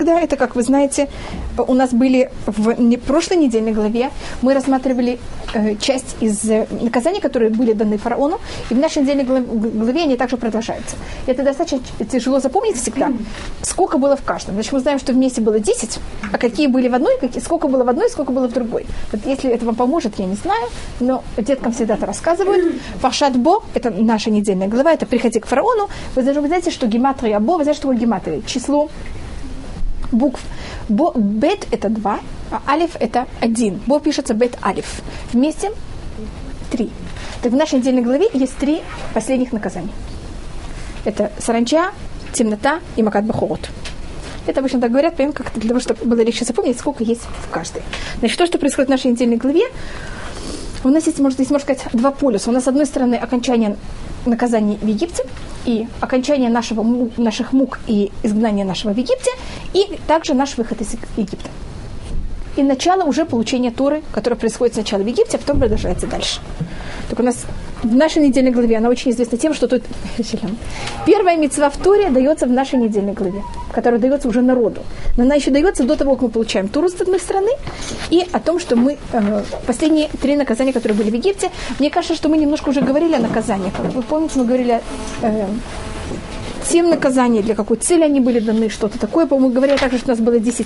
всегда, это, как вы знаете, у нас были в прошлой недельной главе, мы рассматривали часть из наказаний, которые были даны фараону, и в нашей недельной главе они также продолжаются. И это достаточно тяжело запомнить всегда, сколько было в каждом. Значит, мы знаем, что вместе было 10, а какие были в одной, сколько было в одной, сколько было в другой. Вот если это вам поможет, я не знаю, но деткам всегда это рассказывают. Паршат Бо, это наша недельная глава, это «Приходи к фараону». Вы знаете, что гематрия Бо, вы знаете, что такое гематрия? Число букв. Бет – это 2, а алиф – это 1. Бо пишется бет алиф. Вместе 3. Так в нашей недельной главе есть 3 последних наказания. Это саранча, темнота и макат бахорот. Это обычно так говорят, прямо как для того, чтобы было легче запомнить, сколько есть в каждой. Значит, то, что происходит в нашей недельной главе, у нас есть, можно сказать, 2 полюса. У нас, с одной стороны, окончание наказаний в Египте, и окончание наших мук и изгнания нашего в Египте, и также наш выход из Египта. И начало уже получения Торы, которое происходит сначала в Египте, а потом продолжается дальше. Так у нас в нашей недельной главе, она очень известна тем, что тут первая мицва в Торе дается в нашей недельной главе, которая дается уже народу. Но она еще дается до того, как мы получаем Тору с одной стороны, и о том, что мы последние 3 наказания, которые были в Египте, мне кажется, что мы немножко уже говорили о наказаниях. Вы помните, мы говорили о 7 наказаний, для какой цели они были даны, что-то такое. По-моему, говорили также, что у нас было 10.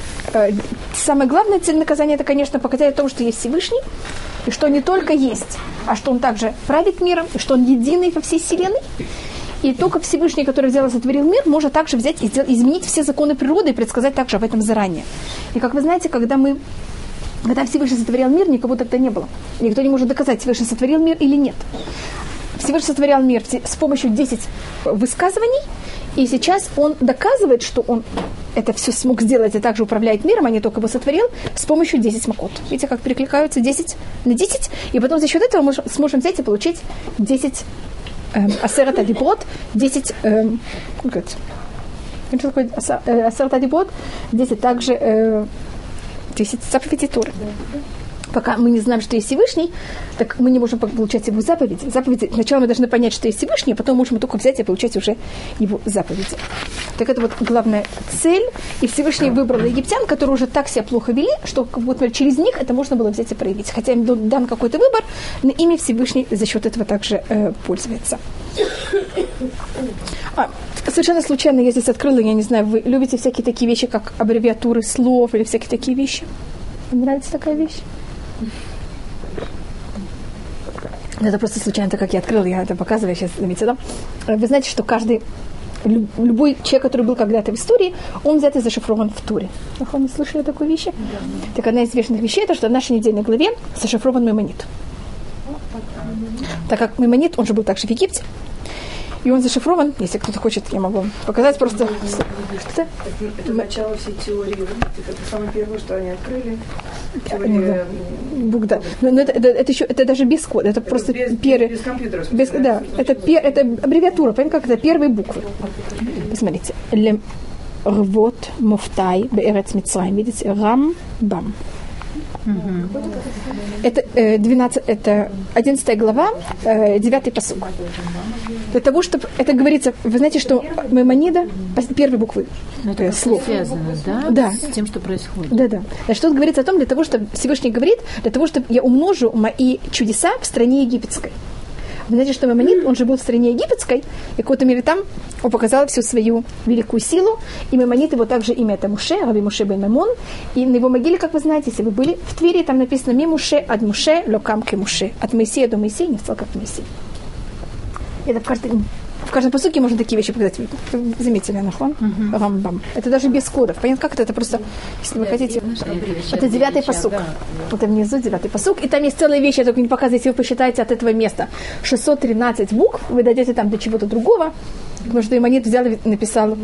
Самая главная цель наказания – это, конечно, показать о том, что есть Всевышний, и что не только есть, а что он также правит миром, и что он единый во всей вселенной. И только Всевышний, который взял и сотворил мир, может также взять и изменить все законы природы и предсказать также об этом заранее. И, как вы знаете, когда Всевышний сотворил мир, никого тогда не было. Никто не может доказать, Всевышний сотворил мир или нет. Всевышний сотворял мир с помощью 10 высказываний, и сейчас он доказывает, что он это все смог сделать и также управляет миром, а не только его сотворил, с помощью 10 макот. Видите, как перекликаются 10 на 10, и потом за счет этого мы сможем взять и получить 10 асерет адиброт, 10 асерет адиброт, 10 также 10 заповедей Торы. Пока мы не знаем, что есть Всевышний, так мы не можем получать его заповеди. Сначала мы должны понять, что есть Всевышний, а потом можем только взять и получать уже его заповеди. Так это вот главная цель. И Всевышний выбрал египтян, которые уже так себя плохо вели, что вот, через них это можно было взять и проявить. Хотя им дан какой-то выбор, но ими Всевышний за счет этого также пользуется. Совершенно случайно я здесь открыла, я не знаю, вы любите всякие такие вещи, как аббревиатуры слов или всякие такие вещи? Вам нравится такая вещь? Это просто случайно, так как я открыла, я это показываю, сейчас заметьте, да? Вы знаете, что любой человек, который был когда-то в истории, он взят и зашифрован в Торе. Вы не слышали такой вещи? Да. Так одна из известных вещей, это что в нашей недельной главе зашифрован Маймонид. Так как Маймонид, он же был также в Египте, и он зашифрован, если кто-то хочет, я могу вам показать просто. Что-то? Это начало всей теории. Это самое первое, что они открыли. Теория... Да. Но это еще, это даже без кода, это просто без компьютера. Да, это аббревиатура, понимаете, как это первые буквы. Посмотрите. Рвот муфтай беэрец Мицраим. Видите? Рам-бам. Это 11 глава, 9 пасук. Для того, чтобы это говорится, вы знаете, что Маймонида первые буквы слов. Связано, да? Да. С тем, что происходит. Да. Значит, тут говорится о том, для того, чтобы Всевышний говорит, для того, чтобы я умножу мои чудеса в стране египетской. Вы знаете, что Маймонид, он же был в стране египетской, и в какой-то мере там он показал всю свою великую силу, и Маймонид, его также имя это Муше, Раби Муше бен Маймон, и на его могиле, как вы знаете, если вы были в Твери, там написано «Ми Муше ад Муше локам ке Муше». От Моисея до Моисея не стал как Моисей. Это в каждом посуке можно такие вещи показать. Заметили, нахон? Рамбам. Это даже без кодов. Понятно, как это просто, если вы хотите. Это 9 пасук. Вот внизу 9 пасук. И там есть целая вещь, я только не показываю, если вы посчитаете от этого места 613 букв, вы дойдете там до чего-то другого, потому что Маймонид взял и написал.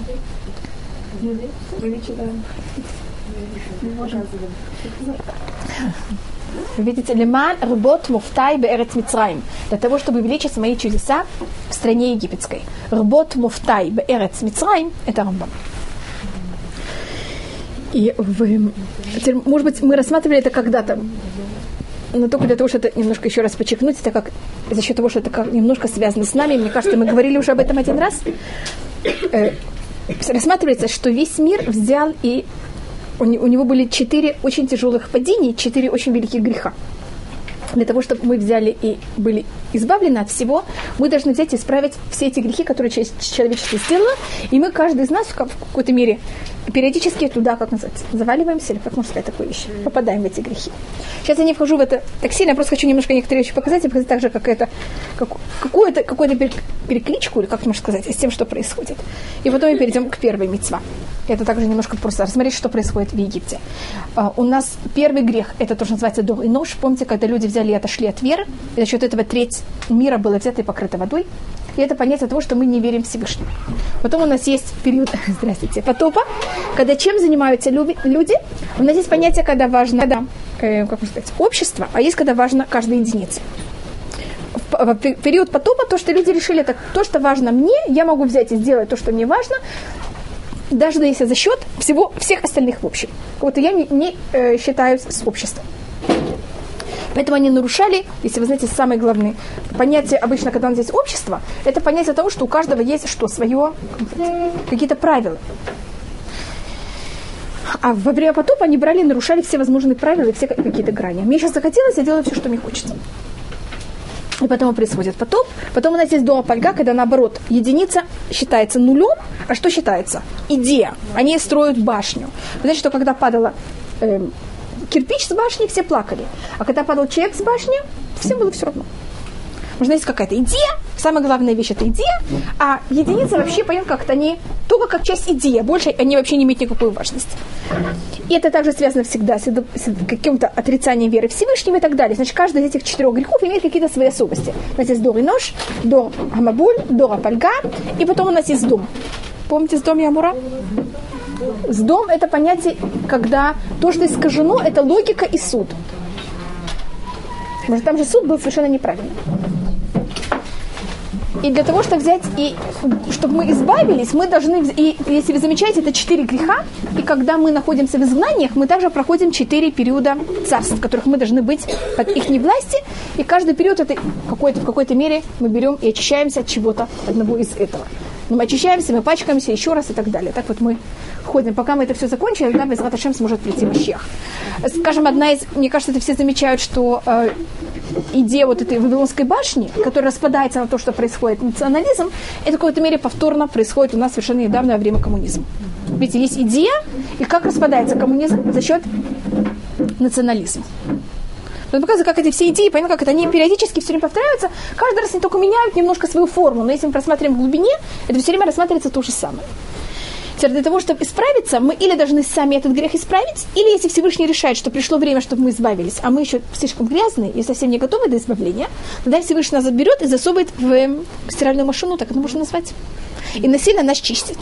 Вы видите, леман рбот муфтай беэрец Мицраим. Для того, чтобы увеличить мои чудеса в стране египетской. Рбот муфтай беэрец Мицраим – это Рамбам. И может быть, мы рассматривали это когда-то, но только для того, чтобы это немножко еще раз подчеркнуть, так как за счет того, что это немножко связано с нами, мне кажется, мы говорили уже об этом один раз. рассматривается, что весь мир взял, и у него были 4 очень тяжелых падения, 4 очень великих греха. Для того, чтобы мы взяли и были избавлены от всего, мы должны взять и исправить все эти грехи, которые человечество сделало, и мы, каждый из нас, в какой-то мере, периодически туда, как называется, заваливаемся, или как можно сказать такую вещь, попадаем в эти грехи. Сейчас я не вхожу в это так сильно, я просто хочу немножко некоторые вещи показать, и показать также какую-то перекличку, или как можно сказать, с тем, что происходит. И потом мы перейдем к первой мицва. Это также немножко просто рассмотреть, что происходит в Египте. У нас первый грех, это то, что называется дор и нож. Помните, когда люди взяли и отошли от веры, и за счет этого треть мира была взята и покрыта водой. И это понятие того, что мы не верим Всевышнему. Потом у нас есть период, потопа, когда чем занимаются люди. У нас есть понятие, когда важно, как можно сказать, общество, а есть, когда важно каждая единица. В период потопа то, что люди решили, это то, что важно мне, я могу взять и сделать то, что мне важно, даже если за счет всех остальных в общем. Вот я не считаюсь с обществом. Поэтому они нарушали, если вы знаете, самое главное понятие обычно, когда у нас есть общество, это понятие того, что у каждого есть свое, какие-то правила. А во время потопа они брали и нарушали все возможные правила и все какие-то грани. Мне сейчас захотелось, я делаю все, что мне хочется. И потом происходит потоп. Потом у нас есть дома пальга, когда наоборот единица считается нулем. А что считается? Идея. Они строят башню. Вы знаете, что когда падала кирпич с башни, все плакали. А когда падал человек с башни, всем было все равно. Можно есть какая-то идея. Самая главная вещь – это идея. А единица вообще, понятно, как-то они только как часть идеи. Больше они вообще не имеют никакой важности. И это также связано всегда с каким-то отрицанием веры Всевышнего и так далее. Значит, каждый из этих 4 грехов имеет какие-то свои особенности. У нас есть дор и нож, дор амабуль, дор апальга, и потом у нас есть дом. Помните Сдом и Амура? Сдом – это понятие, когда то, что искажено, это логика и суд. Может, там же суд был совершенно неправильный. И для того, чтобы взять, и чтобы мы избавились, мы должны, и если вы замечаете, это 4 греха, и когда мы находимся в изгнаниях, мы также проходим 4 периода царств, в которых мы должны быть под их власти, и каждый период это в какой-то мере мы берем и очищаемся от чего-то, одного из этого. Но мы очищаемся, мы пачкаемся еще раз и так далее. Так вот мы ходим. Пока мы это все закончим, тогда Безрат Ашем сможет прийти Машиах. Скажем, одна из, мне кажется, это все замечают, что идея вот этой Вавилонской башни, которая распадается на то, что происходит национализм, это в какой-то мере повторно происходит у нас совершенно недавно во время коммунизма. Видите, есть идея, и как распадается коммунизм за счет национализма. Он показывает, как эти все идеи, понятно, как это они периодически все время повторяются, каждый раз они только меняют немножко свою форму, но если мы просматриваем в глубине, это все время рассматривается то же самое. Теперь для того, чтобы исправиться, мы или должны сами этот грех исправить, или если Всевышний решает, что пришло время, чтобы мы избавились, а мы еще слишком грязные и совсем не готовы до избавления, тогда Всевышний нас отберет и засовывает в стиральную машину, так это можно назвать, и насильно нас чистит.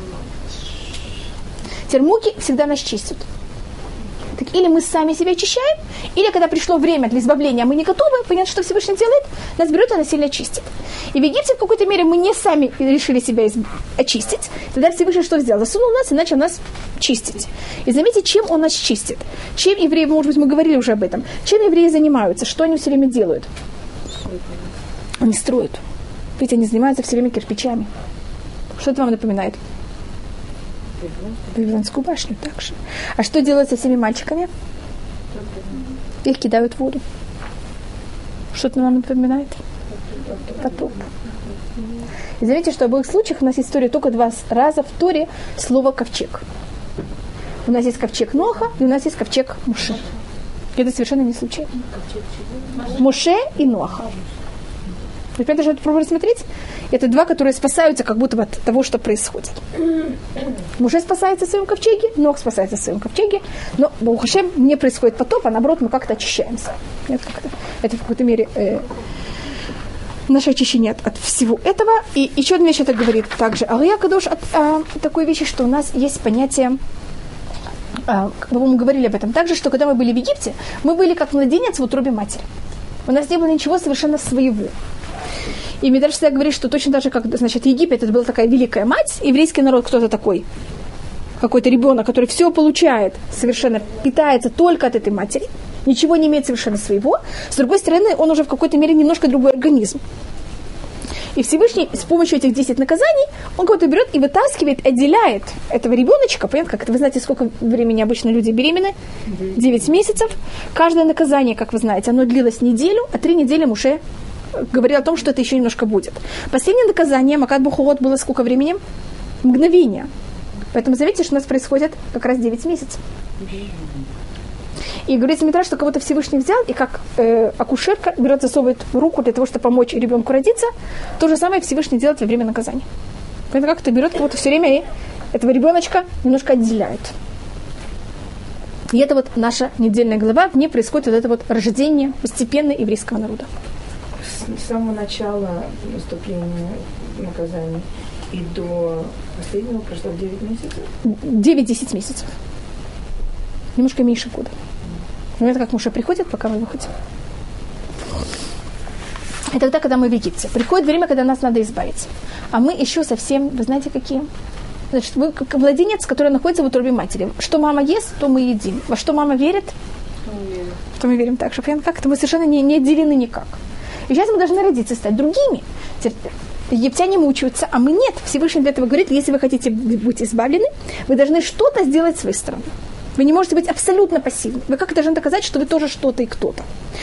Теперь муки всегда нас чистят. Так или мы сами себя очищаем, или когда пришло время для избавления, мы не готовы, понятно, что Всевышний делает, нас берет и насильно чистит. И в Египте в какой-то мере мы не сами решили себя очистить, тогда Всевышний что сделал? Засунул нас и начал нас чистить. И заметьте, чем он нас чистит. Чем евреи, может быть, мы говорили уже об этом, чем евреи занимаются, что они все время делают? Они строят. Видите, они занимаются все время кирпичами. Что это вам напоминает? Вавилонскую башню также. А что делают со всеми мальчиками? Их кидают в воду. Что это нам напоминает? Потоп. И заметьте, что в обоих случаях у нас есть история только 2 раза в Торе слово ковчег. У нас есть ковчег Ноха, и у нас есть ковчег Моше. Это совершенно не случайно. Моше и Ноха. Вы понимаете, что это пробовали смотреть? Это 2, которые спасаются как будто от того, что происходит. Моше спасается в своем ковчеге, Нох спасается в своем ковчеге, но Барух Ашем не происходит потоп, а наоборот мы как-то очищаемся. Это в какой-то мере наше очищение от всего этого. И еще одна вещь это говорит также Ария Кадош такой вещи, что у нас есть понятие, мы говорили об этом также, что когда мы были в Египте, мы были как младенец в утробе матери. У нас не было ничего совершенно своего. И Мидраш всегда говорит, что точно так же, как, значит, Египет, это была такая великая мать, еврейский народ кто-то такой, какой-то ребенок, который все получает, совершенно питается только от этой матери, ничего не имеет совершенно своего. С другой стороны, он уже в какой-то мере немножко другой организм. И Всевышний с помощью этих 10 наказаний, он кого-то берет и вытаскивает, отделяет этого ребеночка. Понятно, как это? Вы знаете, сколько времени обычно люди беременны? 9 месяцев. Каждое наказание, как вы знаете, оно длилось неделю, а 3 недели Муше говорил о том, что это еще немножко будет. Последнее наказание, Макат Бухолот, было сколько времени? Мгновение. Поэтому заметьте, что у нас происходит как раз 9 месяцев. И говорится Мидраш, что кого-то Всевышний взял, и как акушерка берет, засовывает руку для того, чтобы помочь ребенку родиться, то же самое Всевышний делает во время наказания. Поэтому как-то берет кого-то все время и этого ребеночка немножко отделяет. И это вот наша недельная глава, в ней происходит вот это вот рождение постепенно еврейского народа. С самого начала наступления наказания и до последнего прошло 9 месяцев? 9-10 месяцев. Немножко меньше года. Момент, как Муше приходит, пока мы выходим. И тогда, когда мы в Египте. Приходит время, когда нас надо избавиться. А мы еще совсем, вы знаете, какие? Значит, вы как младенец, который находится в утробе матери. Что мама ест, то мы едим. Во что мама верит, то мы верим так же. Как-то мы совершенно не отделены никак. И сейчас мы должны родиться, стать другими. Египтяне мучаются, а мы нет. Всевышний для этого говорит, если вы хотите быть избавлены, вы должны что-то сделать с своей стороны. Вы не можете быть абсолютно пассивны. Вы как должны доказать, что вы тоже что-то и кто-то.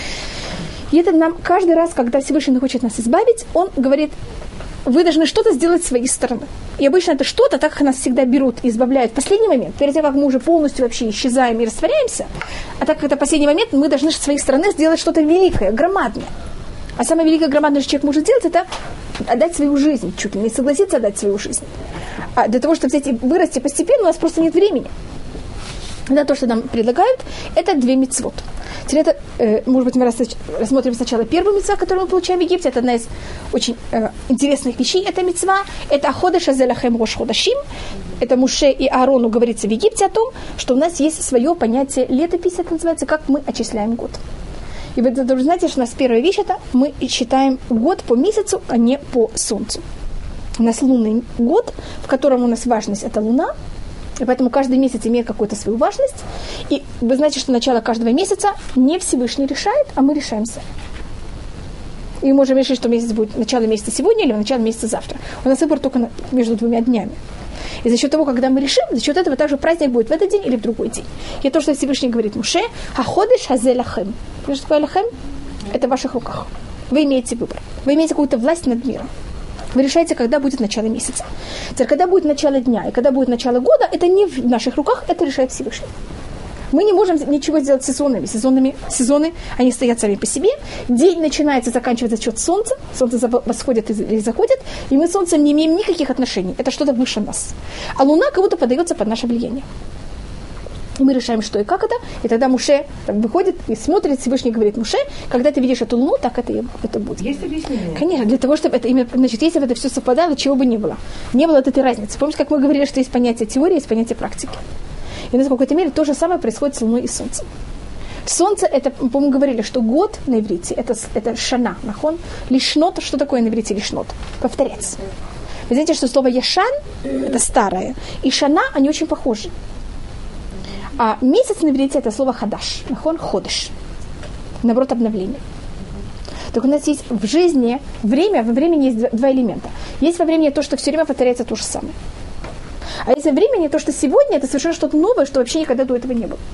И это нам каждый раз, когда Всевышний хочет нас избавить, он говорит, вы должны что-то сделать с своей стороны. И обычно это что-то, так как нас всегда берут и избавляют в последний момент, перед тем, как мы уже полностью вообще исчезаем и растворяемся, а так как это последний момент, мы должны с своей стороны сделать что-то великое, громадное. А самое великое, громадное, что человек может сделать, это отдать свою жизнь, чуть ли не согласиться отдать свою жизнь. А для того, чтобы взять и вырасти постепенно, у нас просто нет времени. Да, то, что нам предлагают, это 2 мицвот. Теперь это, может быть, мы рассмотрим сначала первую мицву, которую мы получаем в Египте. Это одна из очень интересных вещей, это мицва. Это Ходеш Азелахем Рош Ходашим. Это Муше и Аарону говорится в Египте о том, что у нас есть свое понятие летопись, это называется, как мы отчисляем год. И вы должны знать, что у нас первая вещь, это мы считаем год по месяцу, а не по солнцу. У нас лунный год, в котором у нас важность – это луна. И поэтому каждый месяц имеет какую-то свою важность. И вы знаете, что начало каждого месяца не Всевышний решает, а мы решаем сами. И мы можем решить, что месяц будет начало месяца сегодня или начало месяца завтра. У нас выбор только между 2 днями. И за счет того, когда мы решим, за счет этого также праздник будет в этот день или в другой день. И то, что Всевышний говорит Муше, «Хаходеш хазе лахем». Что такое лахем? Это в ваших руках. Вы имеете выбор. Вы имеете какую-то власть над миром. Вы решаете, когда будет начало месяца. Теперь, когда будет начало дня и когда будет начало года, это не в наших руках, это решает Всевышний. Мы не можем ничего сделать с сезонами. Сезоны, они стоят сами по себе. День начинается, заканчивается за счет солнца. Солнце восходит или заходит. И мы с солнцем не имеем никаких отношений. Это что-то выше нас. А луна как будто поддается под наше влияние. И мы решаем, что и как это. И тогда Муше выходит и смотрит, Всевышний говорит Муше, когда ты видишь эту луну, так это будет. Есть объяснение? Конечно, для того, чтобы это именно, значит, если бы это все совпадало, чего бы ни было. Не было этой разницы. Помните, как мы говорили, что есть понятие теории, есть понятие практики. И в какой-то мере то же самое происходит с луной и солнцем. Солнце, это, по-моему, говорили, что год на иврите, это шана, нахон. Лишнот, что такое на иврите лишнот? Повторяться. Вы знаете, что слово яшан, это старое, и шана, они очень похожи. А месяц на иврите это слово хадаш, нахон ходеш. Наоборот, обновление. Так у нас есть в жизни время, во времени есть 2 элемента. Есть во времени то, что все время повторяется то же самое. А есть во времени то, что сегодня это совершенно что-то новое, что вообще никогда до этого не было.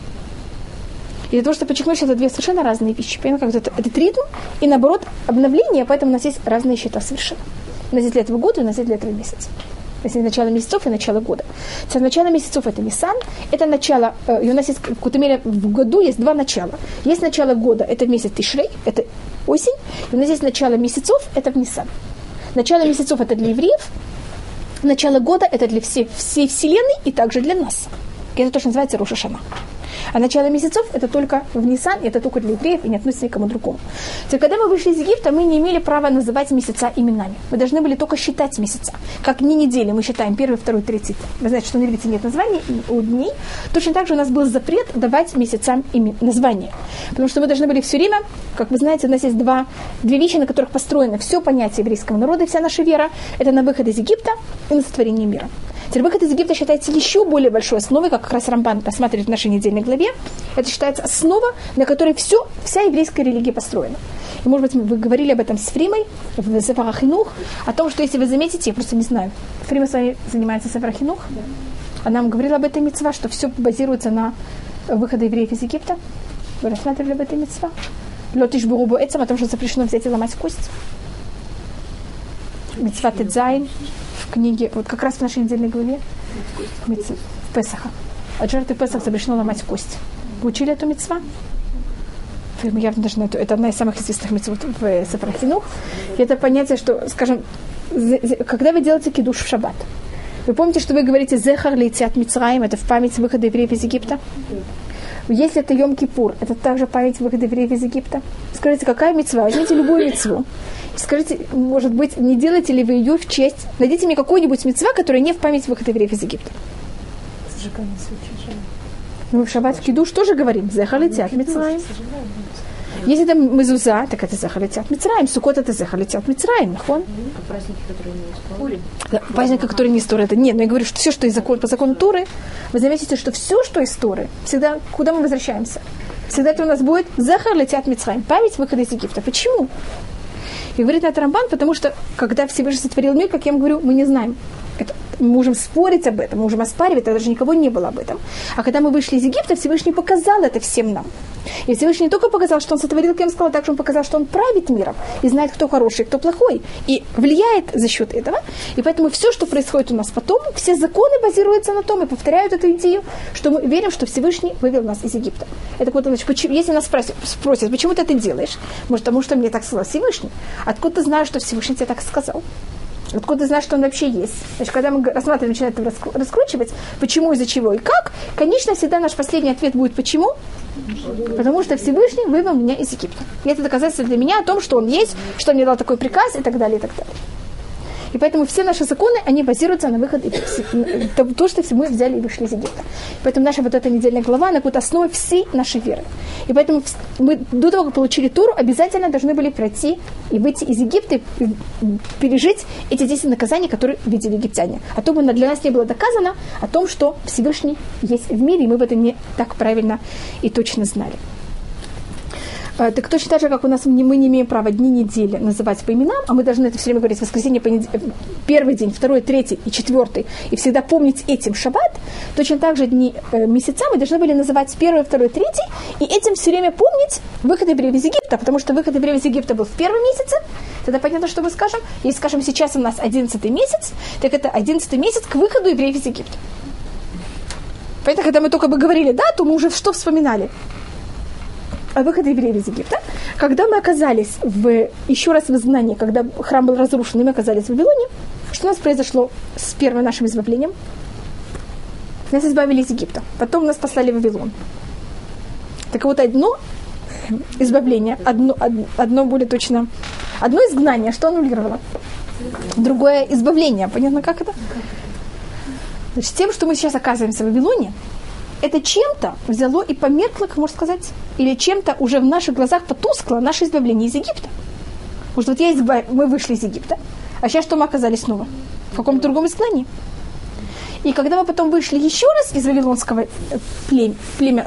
И для того, чтобы подчеркнуть, что это 2 совершенно разные вещи. Понятно, как это ритм и, наоборот, обновление, поэтому у нас есть разные счета совершенно. У нас есть для этого года, и у нас есть для этого месяца. У нас есть начало месяцев и начало года. Начало месяцев это Нисан, это начало, и у нас есть, в какой-то мере, в году есть 2 начала. Есть начало года, это месяц Тишрей, это осень, и у нас есть начало месяцев, это в Нисан. Начало месяцев это для евреев, начало года это для всей вселенной и также для нас. И это то, что называется Рош ха-Шана. А начало месяцев это только в Нисан, это только для евреев и не относится никому другому. То есть, когда мы вышли из Египта, мы не имели права называть месяца именами. Мы должны были только считать месяца. Как дни недели мы считаем 1, 2, 3. Вы знаете, что на иврите нет названий у дней. Точно так же у нас был запрет давать месяцам названия. Потому что мы должны были все время, как вы знаете, у нас есть две вещи, на которых построено все понятие еврейского народа и вся наша вера. Это на выход из Египта и на сотворение мира. Теперь выход из Египта считается еще более большой основой, как раз Рамбан рассматривает в нашей недельной главе. Это считается основа, на которой вся еврейская религия построена. И, может быть, вы говорили об этом с Фримой в Сефер Хинух, о том, что если вы заметите, я просто не знаю, Фрима с вами занимается Сефер Хинух, она нам говорила об этой мицва, что все базируется на выходе евреев из Египта. Вы рассматривали об этой мицва? Лотиш бурубу эцам, о том, что запрещено взять и ломать кость. Мицва Тедзайн в книге, вот как раз в нашей недельной главе, в Песаха. От жертвы Песах запрещено ломать кость. Вы учили эту мицва? Мы явно должны это одна из самых известных мицвот в Сефер Хинух. И это понятие, что, скажем, когда вы делаете кидуш в шаббат, вы помните, что вы говорите «Зехар лейциат Мицраим», это в память выхода евреев из Египта? Если это Йом-Кипур, это также память выхода евреев из Египта? Скажите, какая мицва? Возьмите любую мицву. Скажите, может быть, не делаете ли вы ее в честь? Найдите мне какую-нибудь мицва, которая не в память выхода евреев из Египта. Зажигание свечи. Мы в шаббат в кидуш тоже говорим «Зехар лейциат Мицраим». Если это мезуза, так это Зехар лейциат Мицраим. Суккот это Зехар лейциат Мицраим. Нахон? А праздники, которые не из Торы? Да, праздники, которые не из Торы, это нет. Но я говорю, что все, что из по закону Торы, вы заметите, что все, что из Торы, всегда, куда мы возвращаемся? Всегда это у нас будет Зехар лейциат Мицраим. Память выхода из Египта. Почему? И говорит на это Рамбан, потому что, когда Всевышний сотворил мир, как я вам говорю, мы не знаем. Это, мы можем спорить об этом, мы можем оспаривать, тогда даже никого не было об этом. А когда мы вышли из Египта, Всевышний показал это всем нам. И Всевышний не только показал, что он сотворил, как я вам сказала, также он показал, что он правит миром и знает, кто хороший, кто плохой, и влияет за счет этого. И поэтому все, что происходит у нас потом, все законы базируются на том и повторяют эту идею, что мы верим, что Всевышний вывел нас из Египта. Это вот, значит, если нас спросят, почему ты это делаешь? Может, потому что мне так сказал Всевышний? Откуда ты знаешь, что Всевышний тебе так сказал? Откуда ты знаешь, что он вообще есть? Значит, когда мы рассматриваем, начинаем это раскручивать, почему, из-за чего и как, конечно, всегда наш последний ответ будет «почему?». Потому что Всевышний вывел меня из Египта. И это доказательство для меня о том, что он есть, что он мне дал такой приказ и так далее, и так далее. И поэтому все наши законы, они базируются на выходе, то, что мы взяли и вышли из Египта. Поэтому наша вот эта недельная глава, она будет основой всей нашей веры. И поэтому мы до того, как получили Тору, обязательно должны были пройти и выйти из Египта, и пережить эти 10 наказаний, которые видели египтяне. А то бы для нас не было доказано о том, что Всевышний есть в мире, и мы бы это не так правильно и точно знали. Так точно так же, как у нас мы не имеем права дни недели называть по именам, а мы должны это все время говорить воскресенье, первый день, второй, третий и четвертый, и всегда помнить этим шаббат, точно так же дни месяца мы должны были называть первый, второй, третий, и этим все время помнить выход евреев из Египта, потому что выход евреев из Египта был в первом месяце, тогда понятно, что мы скажем, если скажем, сейчас у нас 11 месяц, так это 11 месяц к выходу евреев из Египта. Поэтому, когда мы только бы говорили дату, мы уже что вспоминали? О выходе евреев из Египта, когда мы оказались еще раз в изгнании, когда храм был разрушен, и мы оказались в Вавилоне, что у нас произошло с первым нашим избавлением? Нас избавили из Египта, потом нас послали в Вавилон. Так вот, одно избавление, одно более точно, одно изгнание, что аннулировало? Другое избавление. Понятно, как это? Значит, тем, что мы сейчас оказываемся в Вавилоне, это чем-то взяло и померкло, как можно сказать, или чем-то уже в наших глазах потускло наше избавление из Египта. Потому что вот мы вышли из Египта, а сейчас что мы оказались снова? В каком-то другом изгнании. И когда мы потом вышли еще раз из вавилонского плена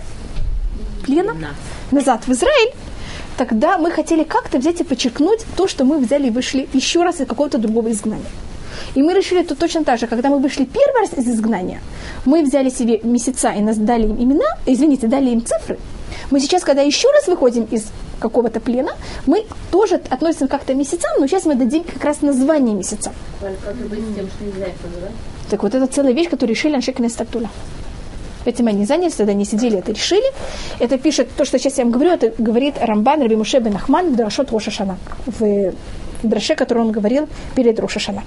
назад в Израиль, тогда мы хотели как-то взять и подчеркнуть то, что мы взяли и вышли еще раз из какого-то другого изгнания. И мы решили тут точно так же, когда мы вышли первый раз из изгнания, мы взяли себе месяца и нас дали им имена, дали им цифры. Мы сейчас, когда еще раз выходим из какого-то плена, мы тоже относимся как-то к месяцам, но сейчас мы дадим как раз название месяца. Как быть с тем, что нельзя их называть? Так вот, это целая вещь, которую решили Аншей Кнессет Гдула. Этим они занялись, тогда они сидели, это решили. Это пишет, то, что сейчас я вам говорю, это говорит Рамбан Раби Моше бен Нахман в Драшот Рош ха-Шана, в драше, который он говорил перед Рош ха-Шана.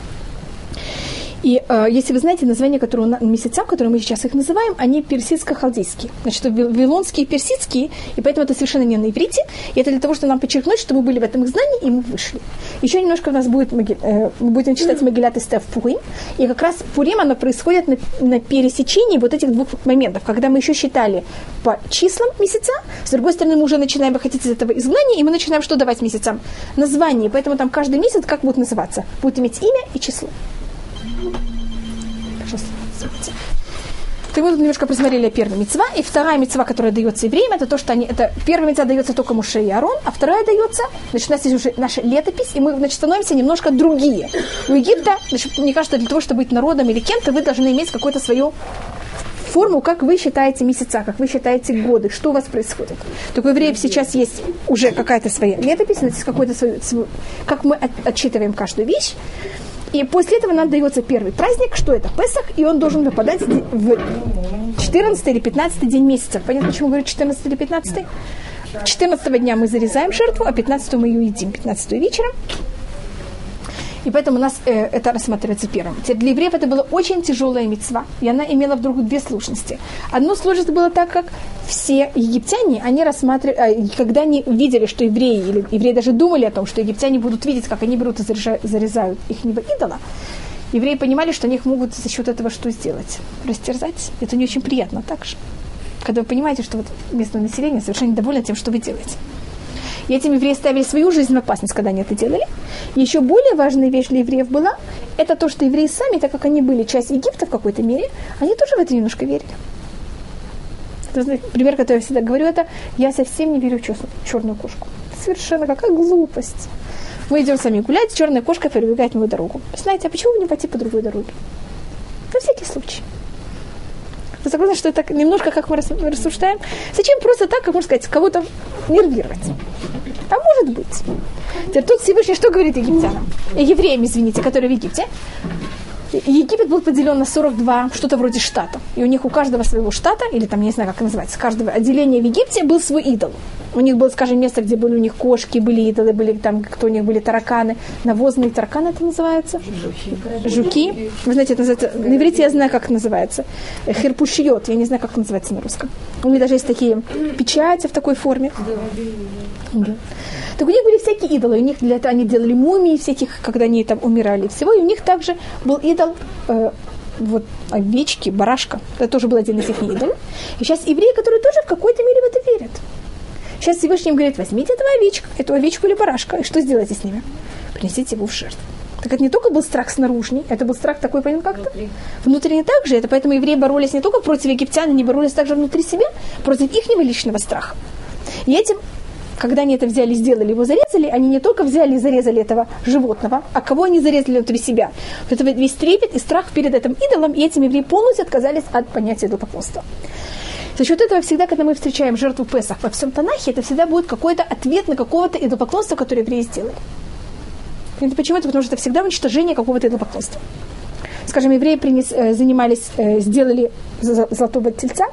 И если вы знаете, названия, месяцам, которые мы сейчас их называем, они персидско-халдейские. Значит, вавилонские и персидские, и поэтому это совершенно не на иврите. И это для того, чтобы нам подчеркнуть, что мы были в этом изгнании, и мы вышли. Еще немножко у нас будет, мы будем читать Мегилат Эстер в Пурим. И как раз Пурим, оно происходит на пересечении вот этих двух моментов. Когда мы еще считали по числам месяца, с другой стороны, мы уже начинаем выходить из этого изгнания, и мы начинаем что давать месяцам? Название. Поэтому там каждый месяц как будет называться? Будет иметь имя и число. Так мы тут немножко просмотрели первую мицва, и вторая мицва, которая дается евреям, это то, что первая мицва дается только Моше и Аарон, а вторая дается, значит, у нас есть уже наша летопись, и мы, значит, становимся немножко другие. У Египта, значит, мне кажется, для того, чтобы быть народом или кем-то, вы должны иметь какую-то свою форму, как вы считаете месяца, как вы считаете годы, что у вас происходит. Так у евреев сейчас есть уже какая-то своя летопись, у нас есть какой-то свой, как мы отчитываем каждую вещь. И после этого нам дается первый праздник, что это Песах, и он должен выпадать в 14 или 15 день месяца. Понятно, почему говорю 14 или 15? 14 дня мы зарезаем жертву, а 15 мы ее едим, 15 вечером. И поэтому у нас это рассматривается первым. Теперь для евреев это была очень тяжелая мицва, и она имела вдруг две сложности. Одна сложность была так, как все египтяне, они рассматривали, когда они видели, что евреи, или евреи даже думали о том, что египтяне будут видеть, как они берут и зарезают их идола, евреи понимали, что они могут за счет этого что сделать? Растерзать. Это не очень приятно также. Когда вы понимаете, что вот местное население совершенно недовольно тем, что вы делаете. И этим евреи ставили свою жизнь в опасность, когда они это делали. И еще более важная вещь для евреев была, это то, что евреи сами, так как они были часть Египта в какой-то мере, они тоже в это немножко верили. Пример, который я всегда говорю, это я совсем не верю в черную кошку. Совершенно какая глупость. Мы идем сами гулять, черная кошка перебегает мою дорогу. Знаете, а почему бы не пойти по другой дороге? На всякий случай. Вы согласны, что это немножко, как мы рассуждаем? Зачем просто так, как можно сказать, кого-то нервировать? А может быть. Теперь тут Всевышний что говорит египтянам? Евреям, извините, которые в Египте. Египет был поделен на 42, что-то вроде штатов. И у них у каждого своего штата, или там, я не знаю, как это называется, каждого отделения в Египте был свой идол. У них было, скажем, место, где были у них кошки, были идолы, были там, кто у них были тараканы, навозные тараканы это называется? Жуки. Вы знаете, это называется, на иврите я знаю, как это называется. Херпушьет, я не знаю, как это называется на русском. У них даже есть такие печати в такой форме. Да. Так у них были всякие идолы, у них для этого они делали мумии всяких, когда они там умирали всего, и у них также был идол вот овечки, барашка, это тоже был один из их идолов. И сейчас евреи, которые тоже в какой-то мере в это верят. Сейчас Всевышний им говорит, возьмите эту овечку или барашка, и что сделайте с ними? Принесите его в жертву. Так это не только был страх снаружи, это был страх такой, понятно, как-то внутренний также. Это поэтому евреи боролись не только против египтян, они боролись также внутри себя, против их личного страха. И этим, когда они это взяли, сделали, его зарезали, они не только взяли и зарезали этого животного, а кого они зарезали внутри себя. Вот это весь трепет и страх перед этим идолом, и этим евреи полностью отказались от понятия идолопоклонства. За счет этого всегда, когда мы встречаем жертву Песах во всем Танахе, это всегда будет какой-то ответ на какого-то идолопоклонства, которое евреи сделали. И почему это? Потому что это всегда уничтожение какого-то идолопоклонства. Скажем, евреи сделали золотого тельца.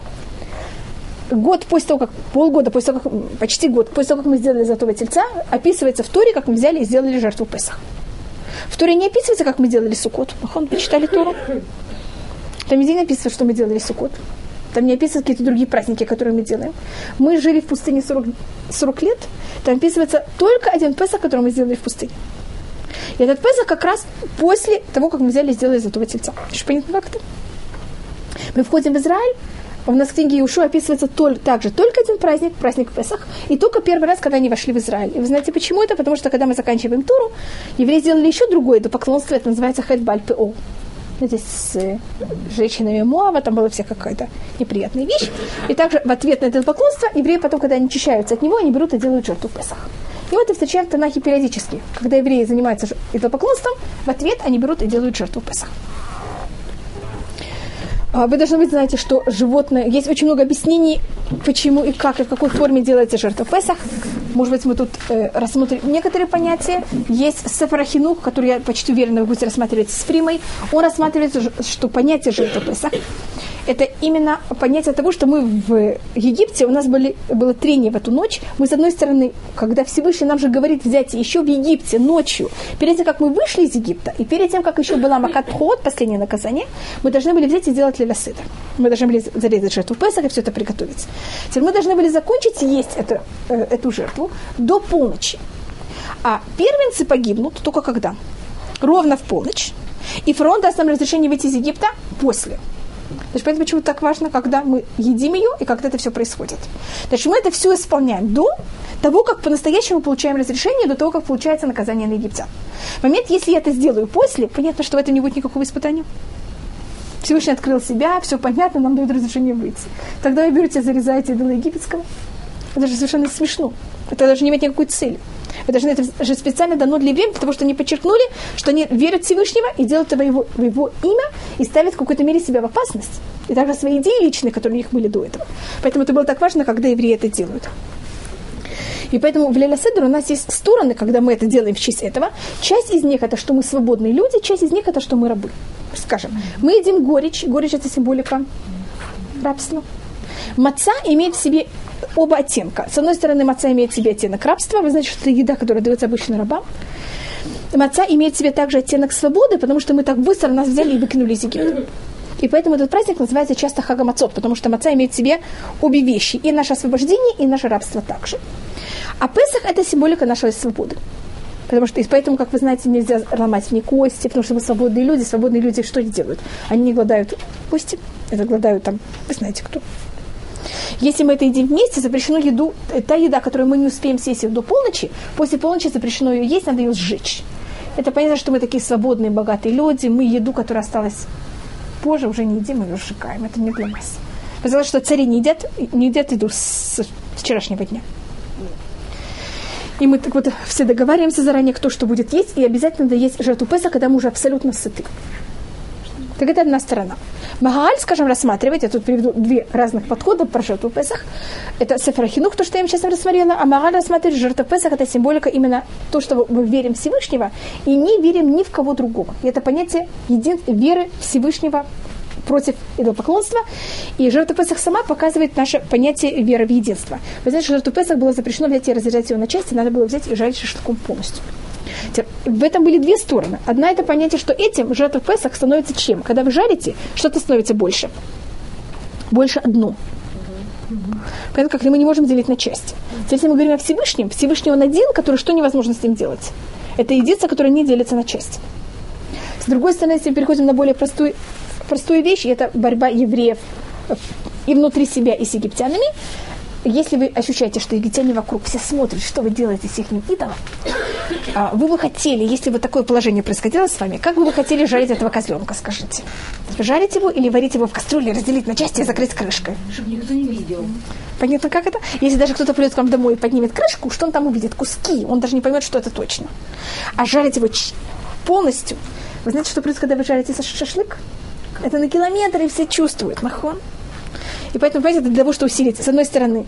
Год после того, как, полгода после того, как, почти год после того, как мы сделали золотого тельца, описывается в Торе, как мы взяли и сделали жертву Песах. В Торе не описывается, как мы делали Суккот. Вы читали Тору? Там нигде не написано, что мы делали Суккот. Там не описываются какие-то другие праздники, которые мы делаем. Мы жили в пустыне 40 лет. Там описывается только один Песах, который мы сделали в пустыне. И этот Песах как раз после того, как мы взяли и сделали золотого тельца. Что понятно как-то? Мы входим в Израиль. У нас в книге Иешуа описывается также только один праздник, праздник Песах, и только первый раз, когда они вошли в Израиль. И вы знаете, почему это? Потому что, когда мы заканчиваем Тору, евреи сделали еще другое идолопоклонство, это называется Хет Баль Пеол. Знаете, с женщинами Моава, там была вся какая-то неприятная вещь. И также в ответ на идолопоклонство евреи потом, когда они очищаются от него, они берут и делают жертву Песах. И вот это встречаем в Танахе периодически. Когда евреи занимаются идолопоклонством, в ответ они берут и делают жертву Песах. Вы должны быть, знаете, что животное... Есть очень много объяснений, почему и как, и в какой форме делается жертва Песах. Может быть, мы тут рассмотрим некоторые понятия. Есть Сефер ха-Хинух, который, я почти уверена, вы будете рассматривать с Фримой. Он рассматривает, что понятие жертвы Песах – это именно понятие того, что мы в Египте, у нас было трение в эту ночь. Мы, с одной стороны, когда Всевышний нам же говорит взять еще в Египте ночью, перед тем, как мы вышли из Египта, и перед тем, как еще была Макат Хот, последнее наказание, мы должны были взять и сделать леля седер. Мы должны были зарезать жертву Песах и все это приготовить. Теперь мы должны были закончить есть эту жертву до полночи. А первенцы погибнут только когда? Ровно в полночь. И фараон даст нам разрешение выйти из Египта после. Значит, поэтому почему так важно, когда мы едим ее и когда это все происходит. Значит, мы это все исполняем до того, как по-настоящему получаем разрешение, до того, как получается наказание на египтян. В момент, если я это сделаю после, понятно, что в этом не будет никакого испытания. Всевышний открыл себя, все понятно, нам дают разрешение выйти. Тогда вы берете, зарезаете идола египетского. Это же совершенно смешно. Это даже не имеет никакой цели. Это же специально дано для евреев, для того, что они подчеркнули, что они верят в Всевышнего и делают это в его имя и ставят в какой-то мере себя в опасность. И также свои идеи личные, которые у них были до этого. Поэтому это было так важно, когда евреи это делают. И поэтому в Лейла Седер у нас есть стороны, когда мы это делаем в честь этого. Часть из них это, что мы свободные люди, часть из них это, что мы рабы. Скажем, мы едим горечь. Горечь это символика рабства. Маца имеет в себе оба оттенка. С одной стороны, маца имеет в себе оттенок рабства. Вы знаете, что это еда, которая дается обычно рабам. Маца имеет в себе также оттенок свободы, потому что мы так быстро нас взяли и выкинули из Египта. И поэтому этот праздник называется часто Хага Мацот, потому что маца имеет в себе обе вещи. И наше освобождение, и наше рабство также. А Песах – это символика нашей свободы. Потому что, и поэтому, как вы знаете, нельзя ломать мне кости, потому что мы свободные люди. Свободные люди что делают? Они не голодают кости, это голодают там, вы знаете кто. Если мы это едим вместе, запрещено еду, та еда, которую мы не успеем съесть до полночи, после полночи запрещено ее есть, надо ее сжечь. Это понятно, что мы такие свободные, богатые люди, мы еду, которая осталась позже, уже не едим, мы ее сжигаем. Это не для нас. Потому что цари не едят еду с вчерашнего дня. И мы так вот все договариваемся заранее, кто что будет есть, и обязательно надо есть жертву Песах, когда мы уже абсолютно сыты. Так это одна сторона. Магааль, скажем, рассматривать, я тут приведу две разных подхода про жертву Песах. Это Сефер Хинух, то, что я им сейчас рассмотрела, а Магааль рассматривает жертву Песах, это символика именно то, что мы верим в Всевышнего и не верим ни в кого другого. И это понятие веры Всевышнего против идолопоклонства. И жертва Песах сама показывает наше понятие веры в единство. Вы знаете, что жертву Песах было запрещено взять и разрезать его на части, надо было взять и жарить шашлыком полностью. В этом были две стороны. Одна – это понятие, что этим жертва Песах становится чем? Когда вы жарите, что-то становится больше. Больше одно. Поэтому как мы не можем делить на части. Если мы говорим о Всевышнем, Всевышний он один, который что невозможно с ним делать? Это единство, которое не делится на части. С другой стороны, если мы переходим на более простую вещь, это борьба евреев и внутри себя, и с египтянами. Если вы ощущаете, что египтяне вокруг все смотрят, что вы делаете с их идолом, вы бы хотели, если бы такое положение происходило с вами, как бы вы хотели жарить этого козленка, скажите? Жарить его или варить его в кастрюле, разделить на части и закрыть крышкой? Чтобы никто не видел. Понятно, как это? Если даже кто-то придет к вам домой и поднимет крышку, что он там увидит? Куски. Он даже не поймет, что это точно. А жарить его полностью. Вы знаете, что происходит, когда вы жарите шашлык? Это на километры все чувствуют. Нахон. И поэтому, понимаете, это для того, чтобы усилить. С одной стороны,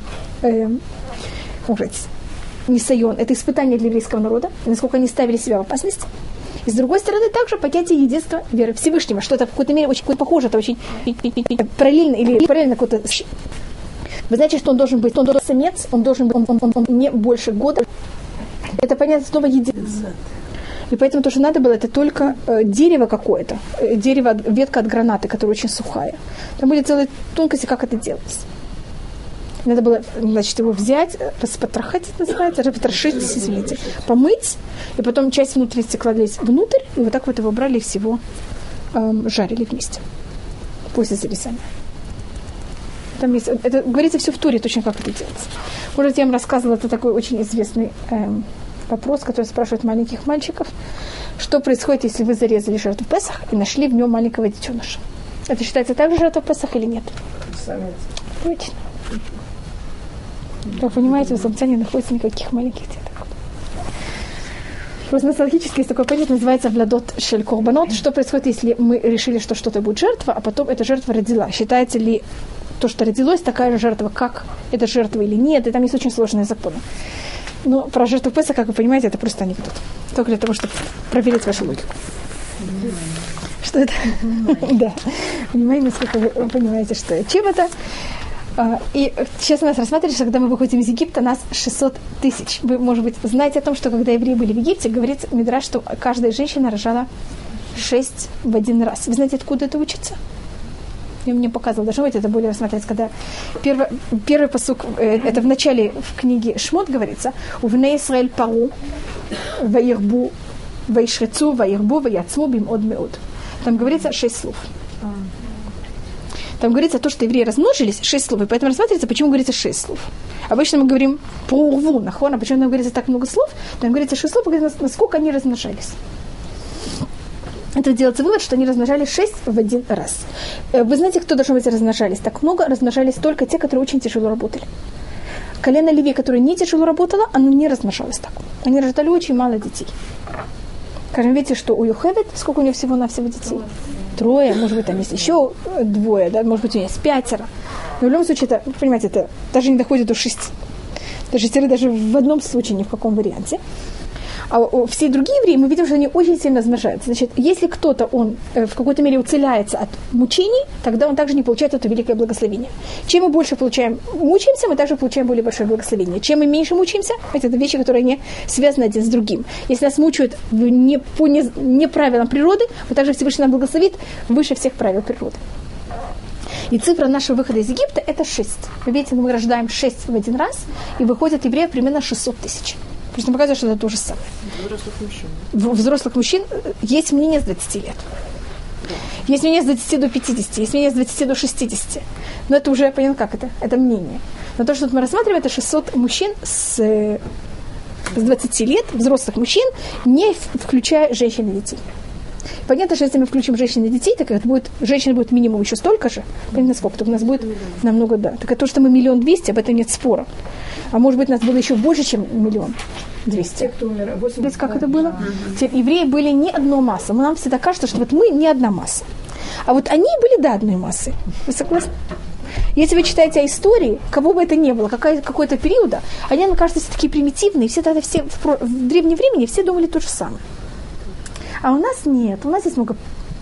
Нисайон – это испытание для еврейского народа, насколько они ставили себя в опасность. И с другой стороны, также понятие единства веры Всевышнего, что это в какой-то мере очень похоже, это очень параллельно или параллельно какой-то. Вы знаете, что он должен быть? Он должен быть самец, он должен быть он не больше года. Это понятие снова единства. И поэтому то, что надо было, это только дерево какое-то, ветка от гранаты, которая очень сухая. Там были целые тонкости, как это делалось. Надо было, значит, его взять, распотрахать, это называется, распотрошить, извините, помыть, и потом часть внутренности кладылись внутрь, и вот так вот его брали и всего жарили вместе после зарезания. Там есть, это говорится все в Торе, точно как это делается. Может, я вам рассказывала, это такой очень известный вопрос, который спрашивают маленьких мальчиков. Что происходит, если вы зарезали жертву Песах и нашли в нем маленького детеныша? Это считается также жертва Песах или нет? Точно. Как вы понимаете, в самце не находится никаких маленьких деток. Просто ностальгически есть такое понятие, называется «влядот шель корбанот». Что происходит, если мы решили, что что-то будет жертва, а потом эта жертва родила? Считается ли то, что родилось, такая же жертва, как эта жертва или нет? И там есть очень сложные законы. Но про жертву Песах, как вы понимаете, это просто анекдот. Только для того, чтобы проверить вашу логику. Что это? Да. Понимаете, насколько вы понимаете, что чем это? И сейчас у нас рассматривается, когда мы выходим из Египта, нас 600 тысяч. Вы, может быть, знаете о том, что когда евреи были в Египте, говорит Мидраш, что каждая женщина рожала 6 в один раз. Вы знаете, откуда это учится? Я мне показывала, должно быть, это более рассматривается, когда первый пасук, это в начале в книге Шмот говорится, «Увне Исраэль пару, ваирбу, ваишрецу, ваирбу, ваяцму, бим од меод». Там говорится 6 слов. Там говорится то, что евреи размножились, 6 слов, и поэтому рассматривается, почему говорится 6 слов. Обычно мы говорим по урву, нахуй, а почему нам говорится так много слов, там говорится 6 слов, насколько они размножались. Это делается вывод, что они размножались 6 в один раз. Вы знаете, кто, должно быть, размножались так много? Размножались только те, которые очень тяжело работали. Колено Леви, которое не тяжело работало, оно не размножалось так. Они рождали очень мало детей. Скажем, видите, что у Йохевед, сколько у нее всего-навсего детей? 3, может быть, там есть еще 2, да? Может быть, у нее есть 5. Но в любом случае, это, понимаете, это даже не доходит до 6. Даже в одном случае, ни в каком варианте. А все другие евреи, мы видим, что они очень сильно размножаются. Значит, если кто-то, он в какой-то мере уцеляется от мучений, тогда он также не получает это великое благословение. Чем мы больше мучаемся, мы также получаем более большое благословение. Чем мы меньше мучаемся, это вещи, которые не связаны один с другим. Если нас мучают не правилам природы, мы также Всевышний нам благословит выше всех правил природы. И цифра нашего выхода из Египта – это 6. Вы видите, мы рождаем 6 в один раз, и выходит евреев примерно 600 тысяч. Просто показывает, что это то же самое. Взрослых мужчин есть мнение с 20 лет. Есть мнение с 20 до 50, есть мнение с 20 до 60. Но это уже, понятно, как это? Это мнение. Но то, что мы рассматриваем, это 600 мужчин с 20 лет, взрослых мужчин, не включая женщин и детей. Понятно, что если мы включим женщин и детей, так это будет, женщин будет минимум еще столько же. Понятно, сколько? Так у нас будет намного, да. Так это то, что мы 1 200 000, об этом нет спора. А может быть, нас было еще больше, чем 1 200 000. Те, кто умер, 8 Видите, как это было? Евреи были не одной масса. Нам всегда кажется, что вот мы не одна масса. А вот они были, да, одной массы. Вы согласны? Если вы читаете о истории, кого бы это ни было, какой-то периода, они, мне кажется, все такие примитивные. Все тогда в древнем времени все думали то же самое. А у нас нет. У нас есть много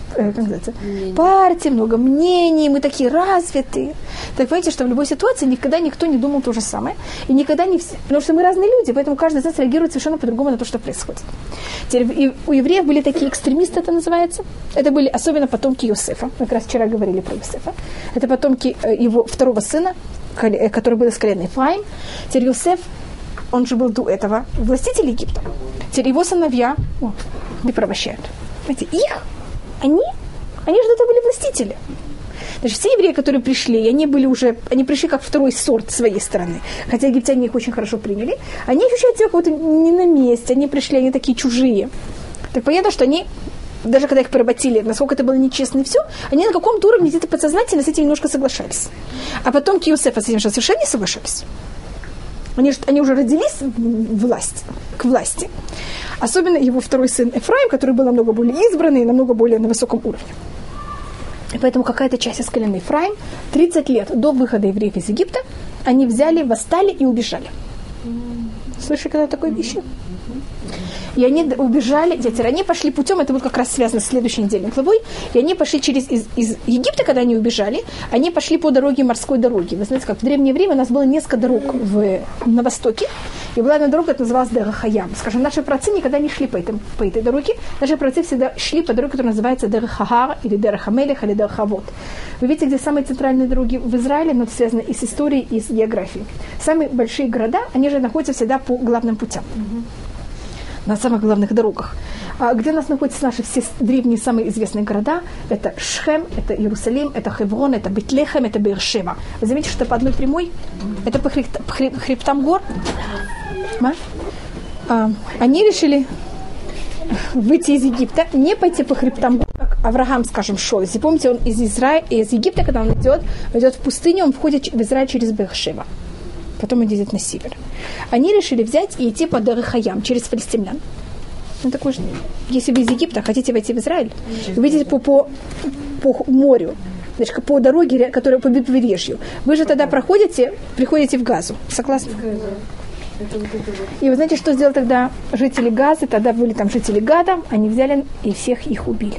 партий, много мнений, мы такие развитые. Так понимаете, что в любой ситуации никогда никто не думал то же самое. И никогда не все. Потому что мы разные люди, поэтому каждый из нас реагирует совершенно по-другому на то, что происходит. Теперь у евреев были такие экстремисты, это называется. Это были особенно потомки Йосефа. Мы как раз вчера говорили про Йосефа. Это потомки его второго сына, который был из колена Ефраим. Теперь Йосеф, он же был до этого властитель Египта. Теперь его сыновья не провощают. Знаете, они же до этого были властители. Даже все евреи, которые пришли, они пришли как второй сорт своей страны. Хотя египтяне их очень хорошо приняли. Они ощущают себя как-то не на месте. Они пришли, они такие чужие. Так понятно, что они, даже когда их поработили, насколько это было нечестно и все, они на каком-то уровне где-то подсознательно с этим немножко соглашались. А потом Йосефа с этим же совершенно не соглашались. Они уже родились к власти. Особенно его второй сын Эфраим, который был намного более избранный и намного более на высоком уровне. И поэтому какая-то часть из колена Эфраим 30 лет до выхода евреев из Египта они взяли, восстали и убежали. Слышали когда такое вещи? И они убежали, они пошли путем, это будет как раз связано с следующей недельной главой, и они пошли из Египта, когда они убежали, они пошли по дороге, морской дороге. Вы знаете, как в древнее время у нас было несколько дорог на востоке, и была одна дорога, это называлась Дерехаям. Скажем, наши праотцы никогда не шли по этой дороге, наши праотцы всегда шли по дороге, которая называется Дерехагар, или Дерехамелех, или Дерехавот. Вы видите, где самые центральные дороги в Израиле, но это связано и с историей, и с географией. Самые большие города, они же находятся всегда по главным путям. На самых главных дорогах. А где у нас находятся наши все древние, самые известные города? Это Шхем, это Иерусалим, это Хеврон, это Бетлехем, это Беэр-Шева. Вы заметите, что по одной прямой? Это по хребтам гор. Они решили выйти из Египта, не пойти по хребтам гор, как Авраам, скажем, шел. Если помните, он из Египта, когда он идет в пустыню, он входит в Израиль через Беэр-Шева. Потом он едет на север. Они решили взять и идти по Дерехаям, через филистимлян. Ну, такой же, если вы из Египта хотите войти в Израиль, вы идете по морю, значит, по дороге, которая по побережью. Вы же тогда приходите в Газу. Согласны? И вы знаете, что сделали тогда жители Газы? Тогда были там жители Гада, они взяли и всех их убили.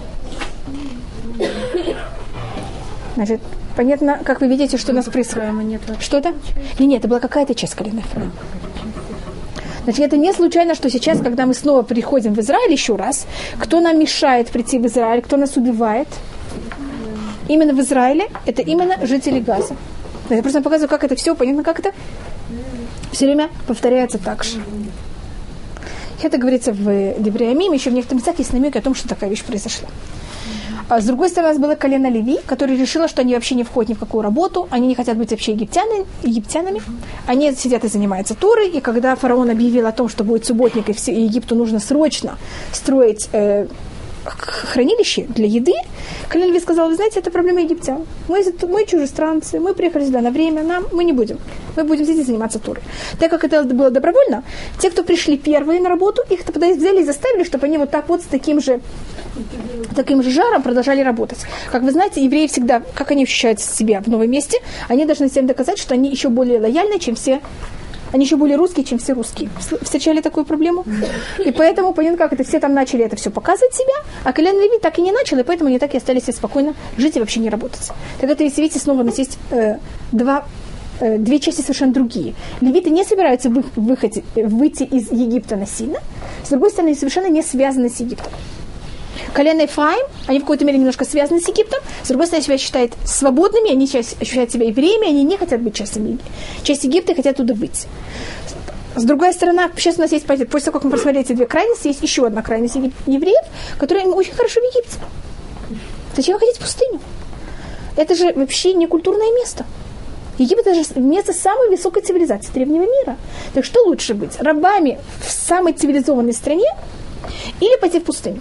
Значит, понятно, как вы видите, что у нас происходит. Что-то? Нет, это была какая-то часть колена Эфраима. Значит, это не случайно, что сейчас, когда мы снова приходим в Израиль еще раз, кто нам мешает прийти в Израиль, кто нас убивает? Именно в Израиле, это именно жители Газа. Я просто показываю, как это все, понятно, как это все время повторяется так же. Это говорится в Деврей Ямим, еще в некоторых местах есть намеки о том, что такая вещь произошла. А с другой стороны, у нас было колено Леви, которое решило, что они вообще не входят ни в какую работу, они не хотят быть вообще египтянами. Они сидят и занимаются Торой, и когда фараон объявил о том, что будет субботник, и Египту нужно срочно строить хранилище для еды, колен Леви сказал: вы знаете, это проблема египтян. Мы чужестранцы, мы приехали сюда на время, мы не будем. Мы будем здесь заниматься Торой. Так как это было добровольно, те, кто пришли первые на работу, их тогда взяли и заставили, чтобы они вот так вот с таким же жаром продолжали работать. Как вы знаете, евреи всегда, как они ощущают себя в новом месте, они должны всем доказать, что они еще более лояльны, чем все. Они еще более русские, чем все русские. Встречали такую проблему? И поэтому, понятно, как это, все там начали это все показывать себя, а колено Леви так и не начал, и поэтому они так и остались спокойно жить и вообще не работать. Тогда, если видите, снова у нас есть две части совершенно другие. Левиты не собираются выйти из Египта насильно, с другой стороны, они совершенно не связаны с Египтом. Колено Ефраим, они в какой-то мере немножко связаны с Египтом, с другой стороны, себя считают свободными, они ощущают себя евреями, они не хотят быть частью Египта и хотят туда выйти. С другой стороны, сейчас у нас есть, после того, как мы просмотрели эти две крайности, есть еще одна крайность евреев, которая очень хорошо в Египте. Зачем ходить в пустыню? Это же вообще не культурное место. Египет – это же место самой высокой цивилизации древнего мира. Так что лучше быть? Рабами в самой цивилизованной стране или пойти в пустыню?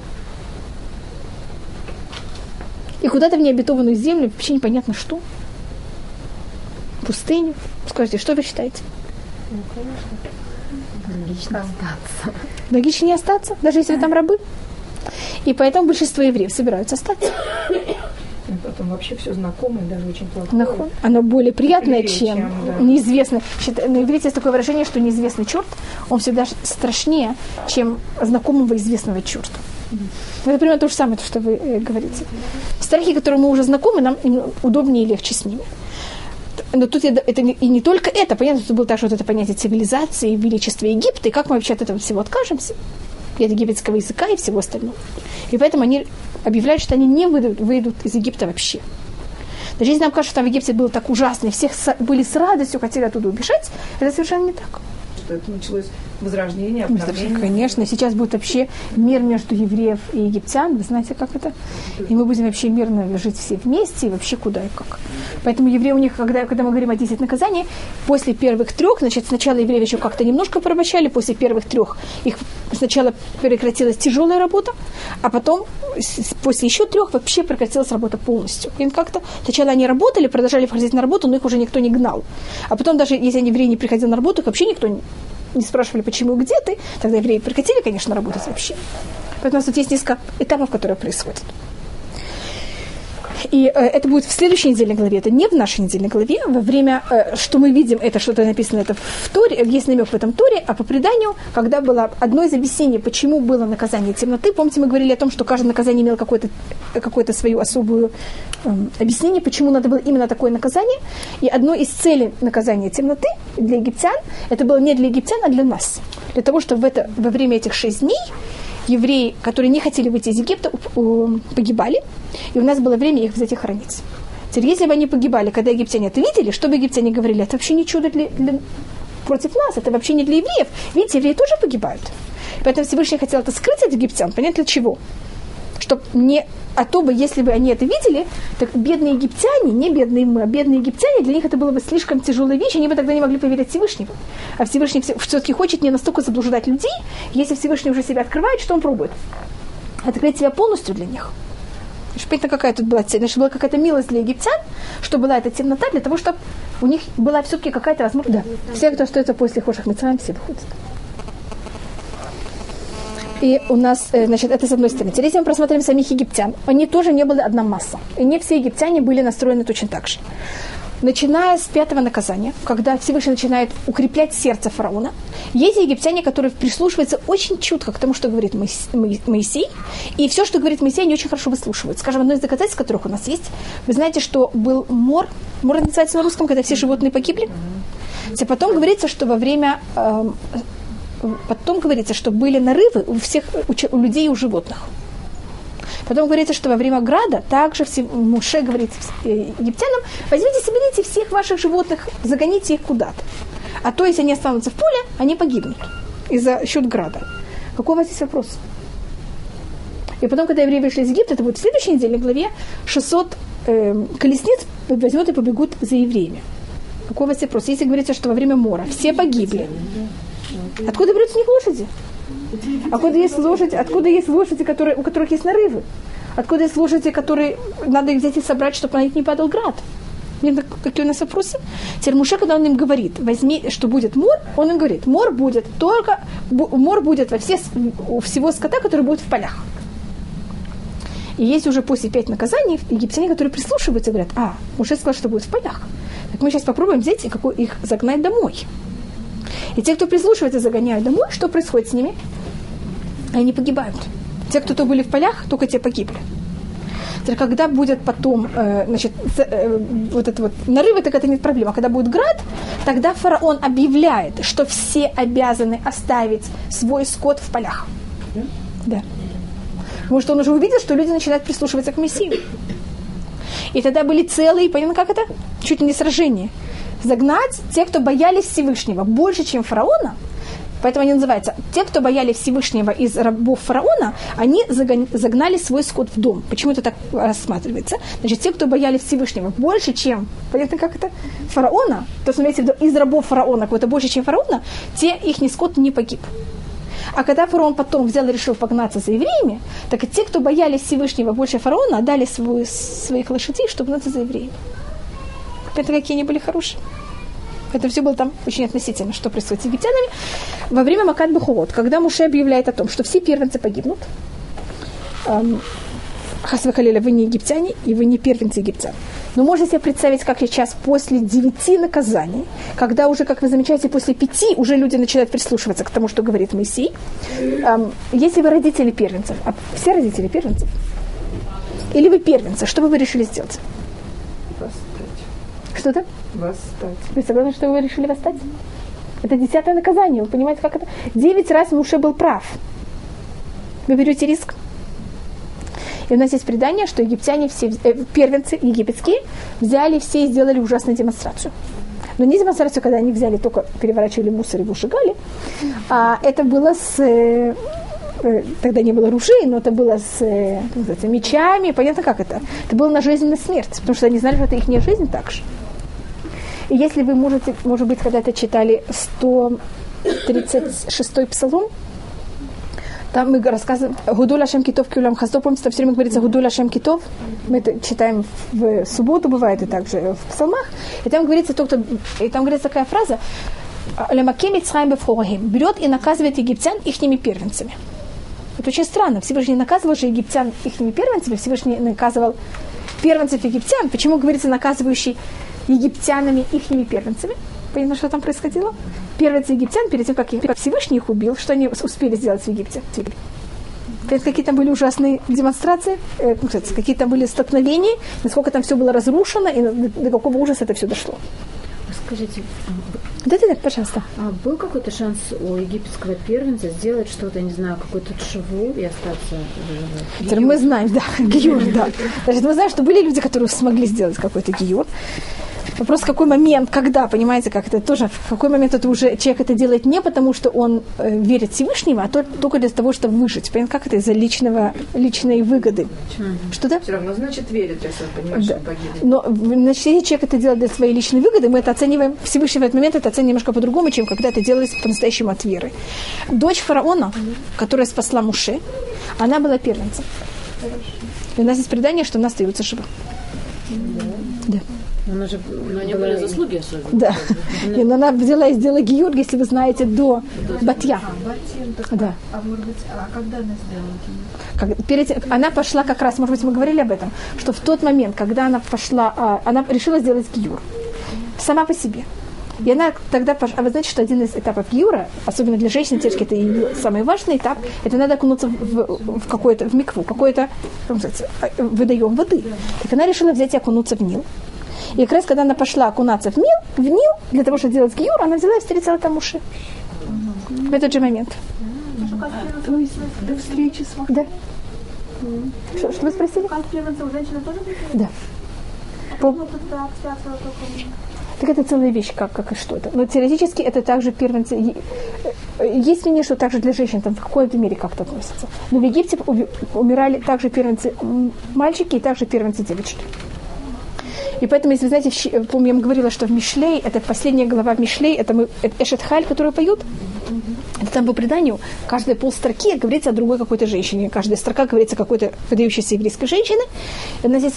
И куда-то в необетованную землю, вообще непонятно что. Пустыню. Скажите, что вы считаете? Ну, конечно. Логично остаться. Логично не остаться, даже если вы там рабы. И поэтому большинство евреев собираются остаться. И потом вообще все знакомое, даже очень плохое. Оно более приятное, чем неизвестное. На иврите есть такое выражение, что неизвестный черт, он всегда страшнее, чем знакомого известного черта. Это примерно то же самое, что вы говорите. Страхи, которые мы уже знакомы, нам удобнее и легче с ними. Но тут это и не только это. Понятно, что было также вот это понятие цивилизации, величества Египта, и как мы вообще от этого всего откажемся. И от египетского языка и всего остального. И поэтому они объявляют, что они не выйдут из Египта вообще. Даже если нам кажется, что там в Египте было так ужасно, и все были с радостью, хотели оттуда убежать, это совершенно не так. Что это началось возрождение, обновление. Конечно, сейчас будет вообще мир между евреев и египтян. Вы знаете, как это? И мы будем вообще мирно жить все вместе, и вообще куда и как. Поэтому евреи у них, когда мы говорим о 10 наказаниях, после первых 3, значит, сначала евреев еще как-то немножко порабощали, после первых 3 их сначала прекратилась тяжелая работа, а потом, после еще 3, вообще прекратилась работа полностью. И как-то сначала они работали, продолжали ходить на работу, но их уже никто не гнал. А потом даже, если еврей не приходил на работу, их вообще никто не спрашивали, почему, где ты, тогда евреи прекратили, конечно, работать вообще. Поэтому у нас тут есть несколько этапов, которые происходят. И это будет в следующей недельной главе, это не в нашей недельной главе. Во время, что мы видим, это что-то написано это в Торе, есть намек в этом Торе, а по преданию, когда было одно из объяснений, почему было наказание темноты, помните, мы говорили о том, что каждое наказание имело какое-то свое особое объяснение, почему надо было именно такое наказание. И одно из целей наказания темноты для египтян, это было не для египтян, а для нас. Для того, чтобы во время этих 6 дней евреи, которые не хотели выйти из Египта, погибали, и у нас было время их взять и хранить. Теперь, если бы они погибали, когда египтяне это видели, что бы египтяне говорили, это вообще не чудо против нас, это вообще не для евреев. Видите, евреи тоже погибают. Поэтому Всевышний хотел это скрыть от египтян, понятно для чего? Чтобы не... А то бы, если бы они это видели, так бедные египтяне, не бедные мы, а бедные египтяне, для них это было бы слишком тяжелая вещь, они бы тогда не могли поверить Всевышнему. А Всевышний все-таки хочет не настолько заблуждать людей, если Всевышний уже себя открывает, что он пробует? Открыть себя полностью для них. Понятно, какая тут была цель? Значит, была какая-то милость для египтян, что была эта темнота, для того, чтобы у них была все-таки какая-то возможность. Да, все, кто остается после Хошах Мицраим, все выходят. И у нас, значит, это с одной стороны. Теперь, если мы просмотрим самих египтян, они тоже не были одна масса. И не все египтяне были настроены точно так же. Начиная с 5-го наказания, когда Всевышний начинает укреплять сердце фараона, есть египтяне, которые прислушиваются очень чутко к тому, что говорит Моисей, и все, что говорит Моисей, они очень хорошо выслушивают. Скажем, одно из доказательств, которых у нас есть, вы знаете, что был мор называется на русском, когда все животные погибли. А потом говорится, что во время... Потом говорится, что были нарывы у людей и у животных. Потом говорится, что во время града также Моше говорит египтянам: возьмите, соберите всех ваших животных, загоните их куда-то. А то, если они останутся в поле, они погибнут из-за счет града. Какой у вас есть вопрос? И потом, когда евреи вышли из Египта, это будет в следующей недельной главе, 600 колесниц возьмут и побегут за евреями. Какой у вас вопрос? Если говорится, что во время мора все погибли, откуда берутся у них лошади? Откуда есть лошади, у которых есть нарывы? Откуда есть лошади, которые надо их взять и собрать, чтобы на них не падал град? Какие у нас вопросы? Теперь Моше, когда он им говорит, возьми, что будет мор, он им говорит, мор будет у всего скота, который будет в полях. И есть уже после 5 наказаний египтяне, которые прислушиваются и говорят, Моше сказал, что будет в полях. Так мы сейчас попробуем взять и их загнать домой. И те, кто прислушивается, загоняют домой, что происходит с ними? Они погибают. Те, кто были в полях, только те погибли. Теперь, когда будет потом, вот это вот нарывы, так это не проблема. Когда будет град, тогда фараон объявляет, что все обязаны оставить свой скот в полях. Да. Потому что он уже увидел, что люди начинают прислушиваться к Мессии. И тогда были целые, понятно, как это? Чуть ли не сражения. Загнать те, кто боялись Всевышнего, больше, чем фараона. Поэтому они называются, те, кто боялись Всевышнего из рабов фараона, они загнали свой скот в дом. Почему это так рассматривается? Значит, те, кто боялись Всевышнего больше, чем, понятно, как это? Фараона, то есть, имеется в виду, из рабов фараона, кого-то больше, чем фараона, те, их скот не погиб. А когда фараон потом взял и решил погнаться за евреями, так и те, кто боялись Всевышнего больше фараона, отдали своих лошадей, чтобы гнаться за евреями. Это какие они были хорошие. Это все было там очень относительно, что происходит с египтянами. Во время Макат Бехурот, когда Моше объявляет о том, что все первенцы погибнут, хас вехалеля, вы не египтяне, и вы не первенцы египтян. Но можете себе представить, как сейчас после 9 наказаний, когда уже, как вы замечаете, после 5 уже люди начинают прислушиваться к тому, что говорит Моисей. Если вы родители первенцев, а все родители первенцев, или вы первенцы, что бы вы решили сделать? Что-то? Восстать. Вы согласны, что вы решили восстать? Это 10-е наказание. Вы понимаете, как это? 9 раз Моше был прав. Вы берете риск. И у нас есть предание, что египтяне, все, первенцы египетские, взяли все и сделали ужасную демонстрацию. Но не демонстрацию, когда они взяли, только переворачивали мусор и вышигали. А это было тогда не было ружей, но это было с мечами. Понятно, как это? Это было на жизнь и на смерть. Потому что они знали, что это их не жизнь так же. И если вы может быть, когда-то читали 136-й псалом, там мы рассказываем «Гудуль Ашем Китов Кюлям Хаздо». Помните, там все время говорится «Гудуль Ашем Китов». Мы это читаем в субботу, бывает и также в псалмах. И там говорится, такая фраза «Лемаке Мицраим бефхорахим» берет и наказывает египтян ихними первенцами. Это очень странно. Всевышний наказывал же египтян ихними первенцами, Всевышний наказывал первенцев египтян. Почему говорится «наказывающий египтянами ихними первенцами»? Понятно, что там происходило? Первенцы египтян, перед тем, как Всевышний их убил, что они успели сделать в Египте? Какие там были ужасные демонстрации, какие там были столкновения, насколько там все было разрушено, и до какого ужаса это все дошло. Скажите, да, пожалуйста. А был какой-то шанс у египетского первенца сделать что-то, не знаю, какой-то шву и остаться живым? Мы знаем, да, гиюр, да. Значит, мы знаем, что были люди, которые смогли сделать какой-то гиюр. Вопрос, в какой момент, когда, понимаете, как это тоже, в какой момент это уже человек это делает не потому, что он верит Всевышнему, а только для того, чтобы выжить. Понимаете, как это из-за личной выгоды. Что-то? Все равно, значит, верит, если он понимает, что он погибнет. Но, значит, если человек это делает для своей личной выгоды, мы это оцениваем, Всевышний в этот момент это оцениваем немножко по-другому, чем когда это делается по-настоящему от веры. Дочь фараона, которая спасла Моше, она была первенцем. И у нас есть предание, что она остается жива. Да. Она же не были заслуги особенно. Да. И она взяла и сделала гиюр, если вы знаете, до Батья. Да. А может быть, когда она сделала гиюр? Она пошла как раз, может быть, мы говорили об этом, что в тот момент, когда она пошла, она решила сделать гиюр. Сама по себе. И она тогда пошла. А вы знаете, что один из этапов гиюра, особенно для женщин, девочки, это ее самый важный этап, это надо окунуться в микву, какой-то водоем воды. И она решила взять и окунуться в Нил. И как раз, когда она пошла окунаться в Нил, для того, чтобы сделать гиюр, она взяла и встретила там Моше. В этот же момент. То есть до встречи с вами? Да. Что вы спросили? Как первенцы у женщины тоже были? Да. Так это целая вещь, как и что-то. Но теоретически это также первенцы. Есть мнение, что также для женщин там в какой-то мере как-то относится. Но в Египте умирали также первенцы мальчики и также первенцы девочки. И поэтому, если вы знаете, помню, я вам говорила, что в Мишлей, это последняя глава в Мишлей, это Эшет Халь, которую поют. Это там по преданию, каждая полстроки говорится о другой какой-то женщине. Каждая строка говорится о какой-то выдающейся еврейской женщине. И она здесь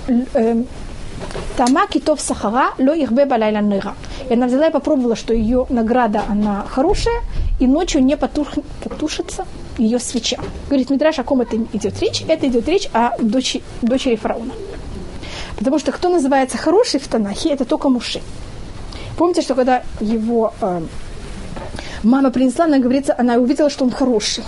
«Тама китов сахара, ло ихбе балайла ныра». И она взяла и попробовала, что ее награда, она хорошая, и ночью не потушится ее свеча. Говорит Мидраш, о ком это идет речь? Это идет речь о дочери фараона. Потому что кто называется хороший в Танахе, это только Моше. Помните, что когда его мама принесла, она говорится, она увидела, что он хороший.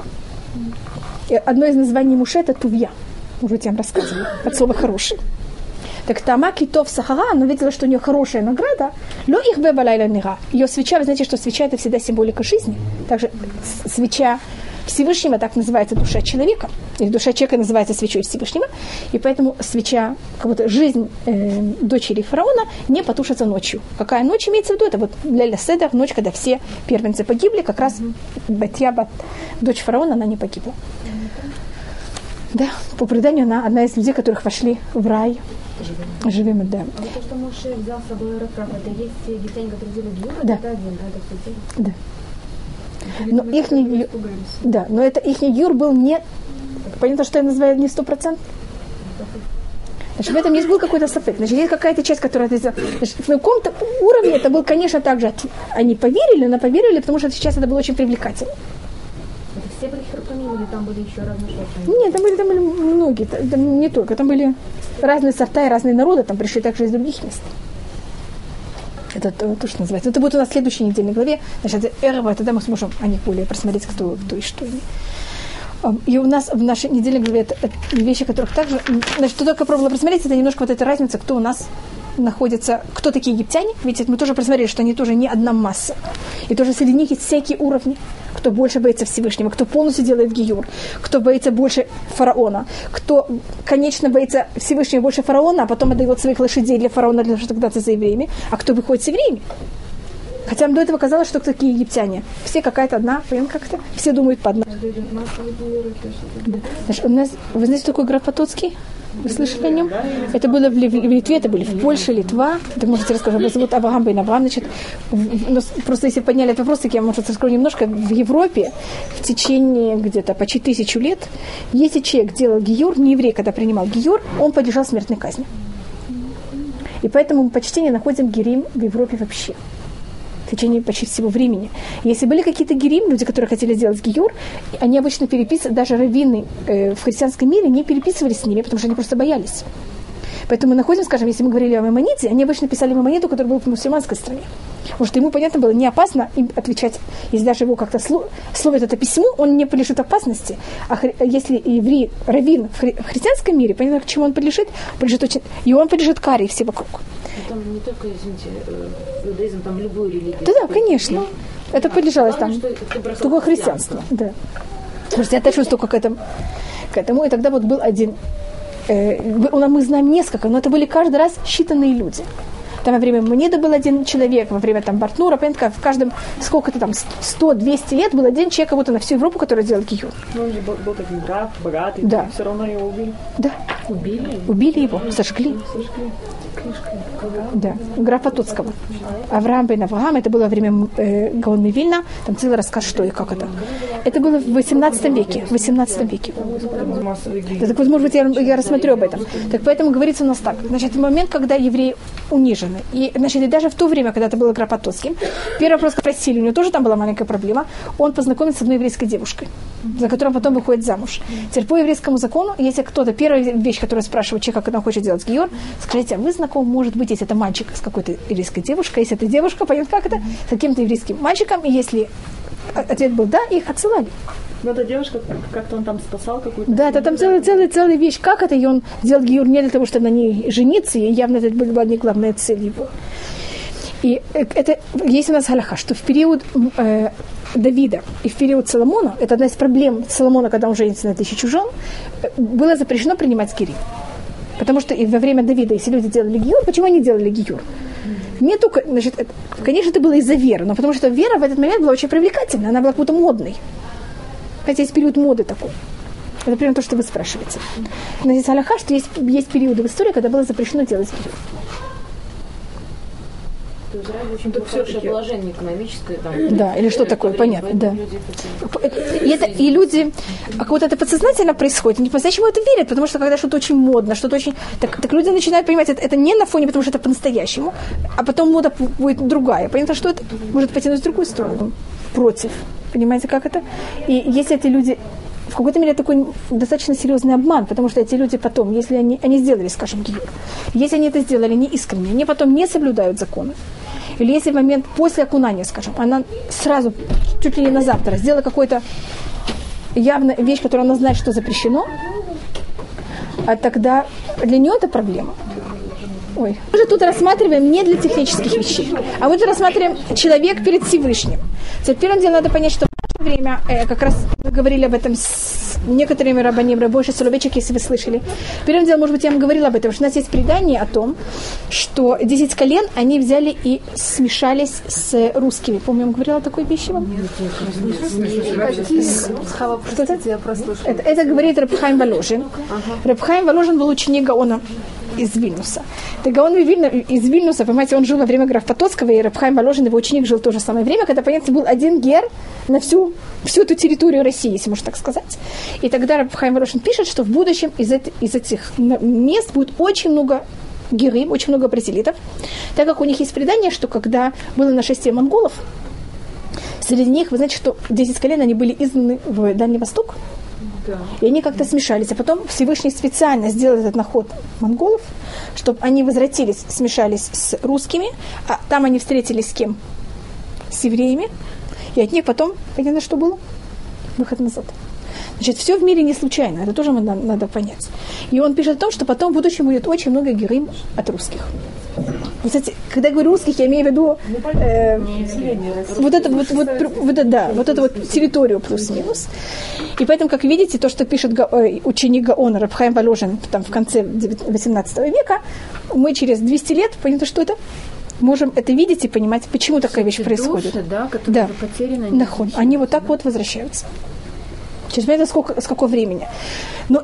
И одно из названий Моше – это Тувья. Уже я вам рассказывала, от слова «хороший». Так Тама китов сахара, она видела, что у нее хорошая награда, но их бебалайла нира. Ее свеча, вы знаете, что свеча – это всегда символика жизни. Также свеча Всевышнего, так называется душа человека, или душа человека называется свечой Всевышнего, и поэтому свеча, как будто жизнь дочери фараона не потушится ночью. Какая ночь имеется в виду? Это вот Лейля Седер, ночь, когда все первенцы погибли, как раз Батья, дочь фараона, она не погибла. Да, по преданию, она одна из людей, которых вошли в рай живыми, да. А то, что Моше взял с собой Рафрав, это есть те египтяне, которые делают гиюр, да. Это один, это все те? Да. Но ихний, да, но это ихний юр был не, понятно, что я называю не 100%. Значит, в этом есть был какой-то сафек. Значит, есть какая-то часть, которая это сделала. Значит, на каком-то уровне это был, конечно, также они поверили, но поверили, потому что сейчас это было очень привлекательно. Это все были херпамим или там были еще разные шорты? Нет, там были многие, там не только, там были разные сорта и разные народы, там пришли также из других мест. Это то, что называется. Это будет у нас в следующей недельной главе. Значит, Эрва, тогда мы сможем о них более просмотреть, кто и что. И у нас в нашей недельной главе это вещи, которых также... Значит, что только пробовала просмотреть, это немножко вот эта разница, кто у нас находится, кто такие египтяне. Ведь мы тоже просмотрели, что они тоже не одна масса. И тоже среди них есть всякие уровни. Кто больше боится Всевышнего, кто полностью делает гиюр, кто боится больше фараона, кто, конечно, боится Всевышнего больше фараона, а потом отдает своих лошадей для фараона, для того, чтобы даться за евреями, а кто выходит с евреями. Хотя до этого казалось, что кто такие египтяне. Все какая-то одна, понятно как-то, все думают по одному. Да. Значит, у нас, вы знаете, что такое граф Потоцкий? Вы слышали о нем? Это было в Литве, это были в Польше, Литва. Так можете рассказать. Его зовут Авраам бен Авраам. Значит, просто если подняли этот вопрос, так я, может, раскрою немножко. В Европе в течение где-то почти 1000 лет, если человек делал гиюр, не еврей, когда принимал гиюр, он подлежал смертной казни. И поэтому мы почти не находим герим в Европе вообще. В течение почти всего времени. Если были какие-то герим, люди, которые хотели сделать гиюр, они обычно переписывали, даже раввины в христианском мире не переписывались с ними, потому что они просто боялись. Поэтому мы находим, скажем, если мы говорили о Маймониде, они обычно писали Маймониту, который был в мусульманской стране. Потому что ему, понятно было, не опасно им отвечать, если даже его как-то словит это письмо, он не подлежит опасности. А если еврей, раввин в христианском мире, понятно, к чему он подлежит очень... И он подлежит каре все вокруг. Там не только, извините, иудаизм, там любую религию. Да, конечно. Это подлежалось там. Только христианство. Да. Потому что я отношусь только к этому. И тогда вот был один... мы знаем несколько, но это были каждый раз считанные люди. Там во время Мунеда был один человек, во время там Бартнура, понятно, в каждом сколько-то там 100-200 лет был один человек, как будто на всю Европу, который делал гиюр. Ну, он же был такой граф, богатый, да. Все равно его убили. Да. Убили его, сожгли. Да, графа Потоцкого. Авраам бен Авраам, это было во время Гаон Мивильна, там целый рассказ, что и как это. Это было в 18 веке. В 18 веке. Да, так вот, может быть, я рассмотрю об этом. Так поэтому говорится у нас так. Значит, в момент, когда евреи унижены, и, значит, и даже в то время, когда это было граф Потоцким, первый вопрос спросили, у него тоже там была маленькая проблема, он познакомился с одной еврейской девушкой, за которую потом выходит замуж. Теперь по еврейскому закону, если кто-то, первая вещь, которую спрашивает человек, как он хочет делать гиюр, скажите, а вы знакомы, может быть, если это мальчик с какой-то еврейской девушкой, если это девушка, понятно, как это, с каким-то еврейским мальчиком, и если ответ был да, их отсылали. Ну, эта девушка, как-то он там спасал какую-то... Да, это там целая вещь, как это, и он делал гиюр не для того, чтобы на ней жениться, и явно это была не главная цель его. И это есть у нас галаха, что в период Давида и в период Соломона, это одна из проблем Соломона, когда он женится на 1000 жен, было запрещено принимать гирим. Потому что и во время Давида, если люди делали гиюр, почему они делали гиюр? Не только, значит, конечно, это было из-за веры, но потому что вера в этот момент была очень привлекательна, она была как будто модной. Хотя есть период моды такой. Это примерно то, что вы спрашиваете. Но здесь галаха, что есть периоды в истории, когда было запрещено делать гиюр. что Израиль очень хорошее положение экономическое. Там, да, или что такое, понятно, да. И люди, как вот это подсознательно происходит, они по-настоящему это верят, потому что когда что-то очень модно, что-то очень... Так люди начинают понимать, это не на фоне, потому что это по-настоящему, а потом мода будет другая. Понятно, что это может потянуть в другую сторону, против. Понимаете, как это? И если эти люди... В какой-то мере такой достаточно серьезный обман, потому что эти люди потом, если они сделали, скажем, гиюр, если они это сделали не искренне, они потом не соблюдают законы, или если в момент после окунания, скажем, она сразу, чуть ли не на завтра, сделала какую-то явную вещь, которую она знает, что запрещено, а тогда для нее это проблема. Ой. Мы же тут рассматриваем не для технических вещей, а мы тут рассматриваем человек перед Всевышним. Теперь, первым делом надо понять, что в наше время, как раз мы говорили об этом с некоторыми рабаним, Рабойши Соловейчик, если вы слышали. Первым делом, может быть, я вам говорила об этом, что у нас есть предание о том, что 10 колен, они взяли и смешались с русскими. Помню, я вам говорила о такой вещи вам? Это говорит Раб Хаим Воложин. Раб Хаим Воложин был ученик Гаона из Вильнюса. Так Гаон из Вильнюса, понимаете, он жил во время графа Потоцкого, и Раб Хаим Воложин, его ученик, жил в то же самое время, когда, понятно, был один гер на всю эту территорию России, если можно так сказать. И тогда Раб Хаим Воложин пишет, что в будущем из этих мест будет очень много герим, очень много бразилитов, так как у них есть предание, что когда было нашествие монголов, среди них, вы знаете, что 10 колен, они были изгнаны в Дальний Восток, да. И они как-то смешались. А потом Всевышний специально сделал этот наход монголов, чтобы они возвратились, смешались с русскими, а там они встретились с кем? С евреями. И от них потом, понятно, что было? Выход назад. Значит, все в мире не случайно. Это тоже надо понять. И он пишет о том, что потом в будущем будет очень много герим от русских. Кстати, когда я говорю русских, я имею в виду вот эту территорию плюс-минус. И поэтому, как видите, то, что пишет ученик Гаона Раб Хаим Воложин там, в конце 18 века, мы через 200 лет, понятно, что это, можем это видеть и понимать, почему такая вещь происходит. Души, да, которые потеряны. Они вот так вот возвращаются. Через сколько времени. Но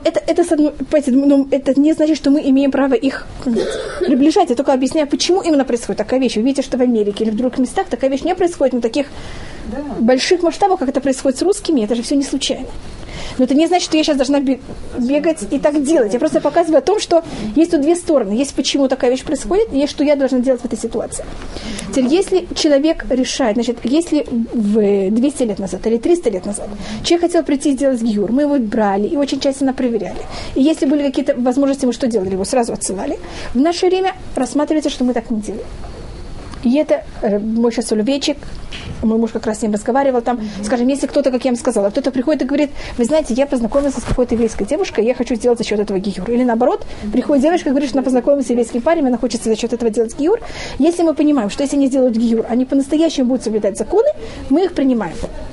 это не значит, что мы имеем право их приближать. Я только объясняю, почему именно происходит такая вещь. Вы видите, что в Америке или в других местах такая вещь не происходит на таких больших масштабах, как это происходит с русскими. Это же все не случайно. Но это не значит, что я сейчас должна бегать и так делать. Я просто показываю о том, что есть тут две стороны. Есть почему такая вещь происходит, и есть что я должна делать в этой ситуации. Теперь, если человек решает, значит, если в 200 лет назад или 300 лет назад человек хотел прийти и сделать гиюр, мы его брали и очень тщательно проверяли. И если были какие-то возможности, мы что делали? Его сразу отсылали. В наше время рассматривается, что мы так не делаем. И это мой сейчас Соловейчик, мой муж как раз с ним разговаривал там, скажем, если кто-то, как я вам сказала, кто-то приходит и говорит, вы знаете, я познакомился с какой-то еврейской девушкой, я хочу сделать за счет этого гиюр. Или наоборот, приходит девушка и говорит, что она познакомилась с еврейским парнем, она хочет за счет этого делать гиюр. Если мы понимаем, что если они сделают гиюр, они по-настоящему будут соблюдать законы, мы их принимаем.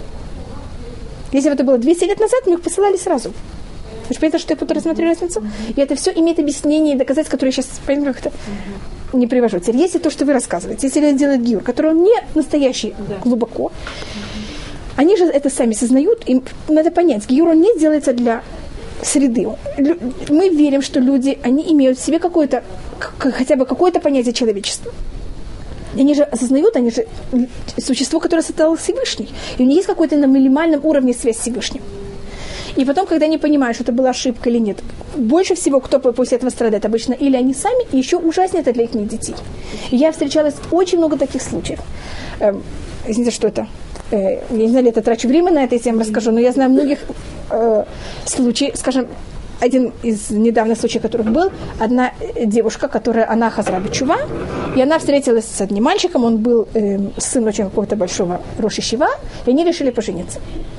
Если бы это было 200 лет назад, мы их посылали сразу. Вы же понимаете, что я буду рассматривать разницу? И это все имеет объяснение и доказательства, которые я сейчас, понимаю, как это не привожу. Теперь, если то, что вы рассказываете, если люди делают гиюр, который он не настоящий глубоко, они же это сами сознают, им надо понять, гиюр он не делается для среды. Мы верим, что люди, они имеют в себе какое-то, хотя бы какое-то понятие человечества. Они же осознают, они же существо, которое создал Всевышний. И у них есть какой-то на минимальном уровне связь с Всевышним. И потом, когда они понимают, что это была ошибка или нет, больше всего, кто после этого страдает, обычно или они сами, и еще ужаснее это для их детей. И я встречалась очень много таких случаев. Извините, что это? Я не знаю, это трачу время на это, если я вам расскажу, но я знаю многих случаев, скажем, один из недавних случаев, которых был, одна девушка, она хазра бечува, и она встретилась с одним мальчиком, он был сын очень какого-то большого Рош ешива, и они решили пожениться.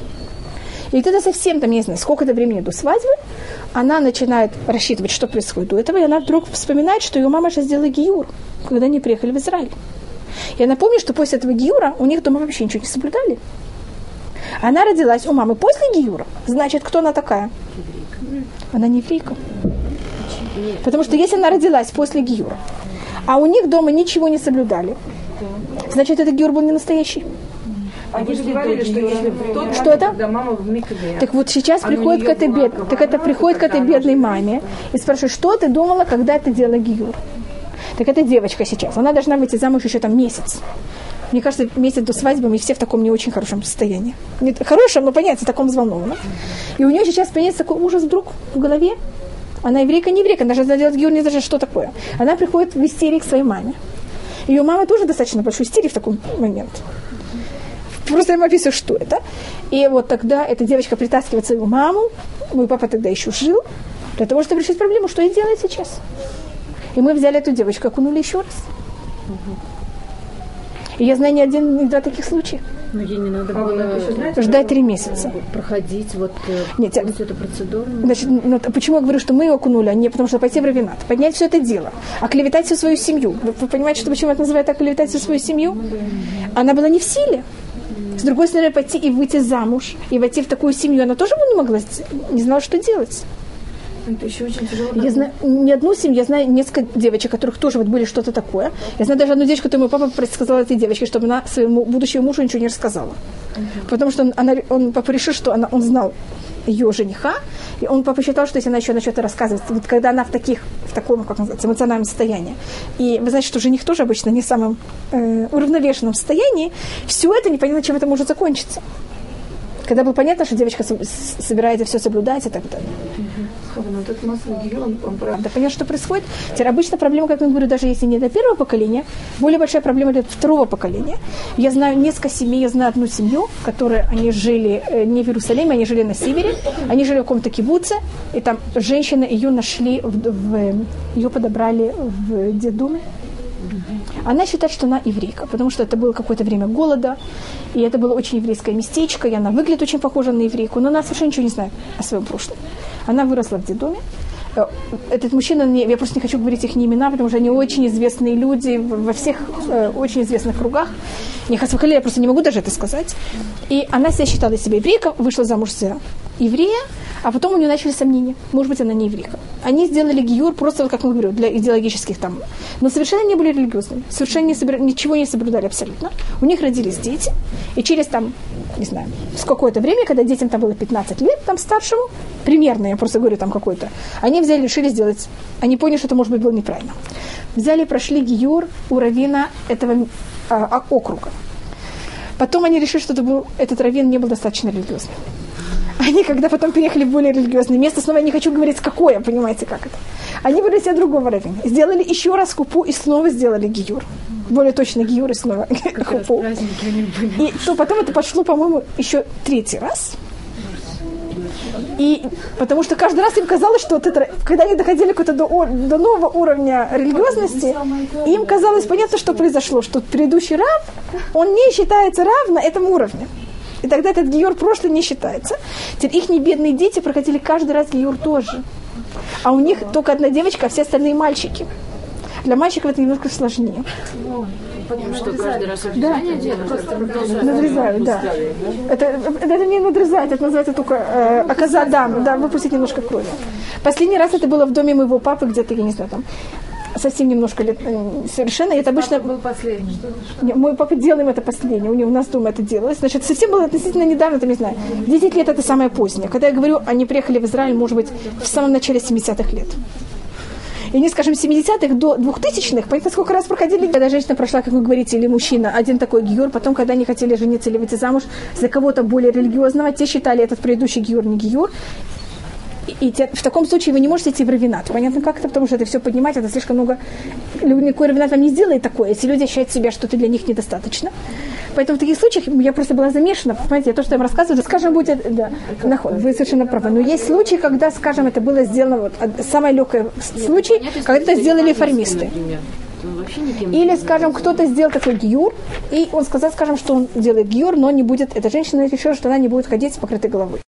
И где-то совсем, там, я не знаю, сколько-то времени до свадьбы, она начинает рассчитывать, что происходит до этого, и она вдруг вспоминает, что ее мама сейчас сделала гиюр, когда они приехали в Израиль. Я напомню, что после этого гиюра у них дома вообще ничего не соблюдали. Она родилась у мамы после гиюра. Значит, кто она такая? Она не еврейка. Потому что если она родилась после гиюра, а у них дома ничего не соблюдали, значит, этот гиюр был не настоящий. Они же говорили, что это? Когда мама в микве. Так вот сейчас приходит к этой бедной маме и спрашивает, что ты думала, когда ты делала гиюр? Так эта девочка сейчас, она должна выйти замуж еще там месяц. Мне кажется, месяц до свадьбы мы все в таком не очень хорошем состоянии. Не хорошем, но, понятно, в таком взволнованном. И у нее сейчас появится такой ужас вдруг в голове. Она еврейка, не еврейка, она должна делать гиюр, не даже что такое. Она приходит в истерик к своей маме. Ее мама тоже достаточно большой истерик в такой момент. Просто я вам описываю, что это. И вот тогда эта девочка притаскивает свою маму. Мой папа тогда еще жил. Для того, чтобы решить проблему, что ей делать сейчас. И мы взяли эту девочку, окунули еще раз. И я знаю не один, не два таких случая. Но ей не надо было ждать 3 месяца. Проходить вот Нет, эту процедуру. Значит, почему я говорю, что мы ее окунули, а не потому что пойти в раввинат, поднять все это дело, оклеветать всю свою семью. Вы понимаете, что почему это называют оклеветать всю свою семью? Она была не в силе. С другой стороны, пойти и выйти замуж, и войти в такую семью, она тоже не могла, не знала, что делать. Это еще очень тяжело. Я знаю не одну семью, я знаю несколько девочек, у которых тоже вот были что-то такое. Я знаю даже одну девочку, которую мой папа сказал этой девочке, чтобы она своему будущему мужу ничего не рассказала. Потому что он папа решил, что он знал ее жениха, и он папа считал, что если она еще начнет рассказывать, вот когда она в таком, как называется, эмоциональном состоянии, и вы знаете, что жених тоже обычно не в самом уравновешенном состоянии, все это непонятно, чем это может закончиться. Когда было понятно, что девочка собирается все соблюдать и так далее. Да, понятно, что происходит. Теперь обычно проблема, как я говорю, даже если не для первого поколения, более большая проблема для второго поколения. Я знаю несколько семей, я знаю одну семью, которые они жили не в Иерусалиме, они жили на севере, они жили в каком-то кибуце, и там женщины ее нашли, ее подобрали в детдоме. Она считает, что она еврейка, потому что это было какое-то время голода, и это было очень еврейское местечко, и она выглядит очень похожа на еврейку, но она совершенно ничего не знает о своем прошлом. Она выросла в детдоме. Этот мужчина, я просто не хочу говорить их имена, потому что они очень известные люди во всех очень известных кругах. Я просто не могу даже это сказать. И она себя считала себя еврейкой, вышла замуж за еврея, а потом у нее начались сомнения. Может быть, она не еврейка. Они сделали гиюр просто, как я говорю, для идеологических там. Но совершенно не были религиозными. Совершенно ничего не соблюдали абсолютно. У них родились дети. И через там, не знаю, с какое-то время, когда детям там было 15 лет, там старшему, примерно, я просто говорю там какой-то, они взяли, решили сделать, они поняли, что это, может быть, было неправильно. Взяли, прошли гиюр у раввина этого округа. Потом они решили, что этот раввин не был достаточно религиозным. Они, когда потом переехали в более религиозное место, снова я не хочу говорить, какое, понимаете, как это. Они выбрали себе другого раввина. Сделали еще раз хупу и снова сделали гиюр. Более точно гиюр и снова хупу. И то потом это пошло, по-моему, еще 3-й раз. И потому что каждый раз им казалось, что вот это, когда они доходили до нового уровня религиозности, им казалось понятно, что произошло, что предыдущий рав, он не считается рав на этом уровне. И тогда этот гиюр прошлый не считается. Теперь их бедные дети проходили каждый раз гиюр тоже. А у них только одна девочка, а все остальные мальчики. Для мальчиков это немножко сложнее. Потому что каждый раз обрезание делают? Надрезают, да. Это не надрезать, это называется только оказать, да, выпустить немножко крови. Последний раз это было в доме моего папы, где-то, я не знаю, там, совсем немножко лет, совершенно, и это обычно... Был последний. Мой папа делал им это последнее, у нас дома это делалось. Значит, совсем было относительно недавно, там, не знаю, 10 лет это самое позднее. Когда я говорю, они приехали в Израиль, может быть, в самом начале 70-х лет. И не, скажем, 70-х до 2000-х, понятно, сколько раз проходили, когда женщина прошла, как вы говорите, или мужчина, один такой гиюр, потом, когда они хотели жениться или выйти замуж за кого-то более религиозного, те считали этот предыдущий гиюр не гиюр. И в таком случае вы не можете идти в раввинат. Понятно, как это? Потому что это все поднимать, это слишком много... Никакой раввинат вам не сделает такое, если люди ощущают себя, что это для них недостаточно. Поэтому в таких случаях я просто была замешана. Понимаете, то, что я вам рассказываю, скажем, будет... Да, вы совершенно правы. Но есть случаи, когда, скажем, это было сделано... Вот, самый легкий случай, когда это сделали формисты. Или, скажем, кто-то сделал такой гиюр, и он сказал, скажем, что он делает гиюр, но не будет... Эта женщина решила, что она не будет ходить с покрытой головой.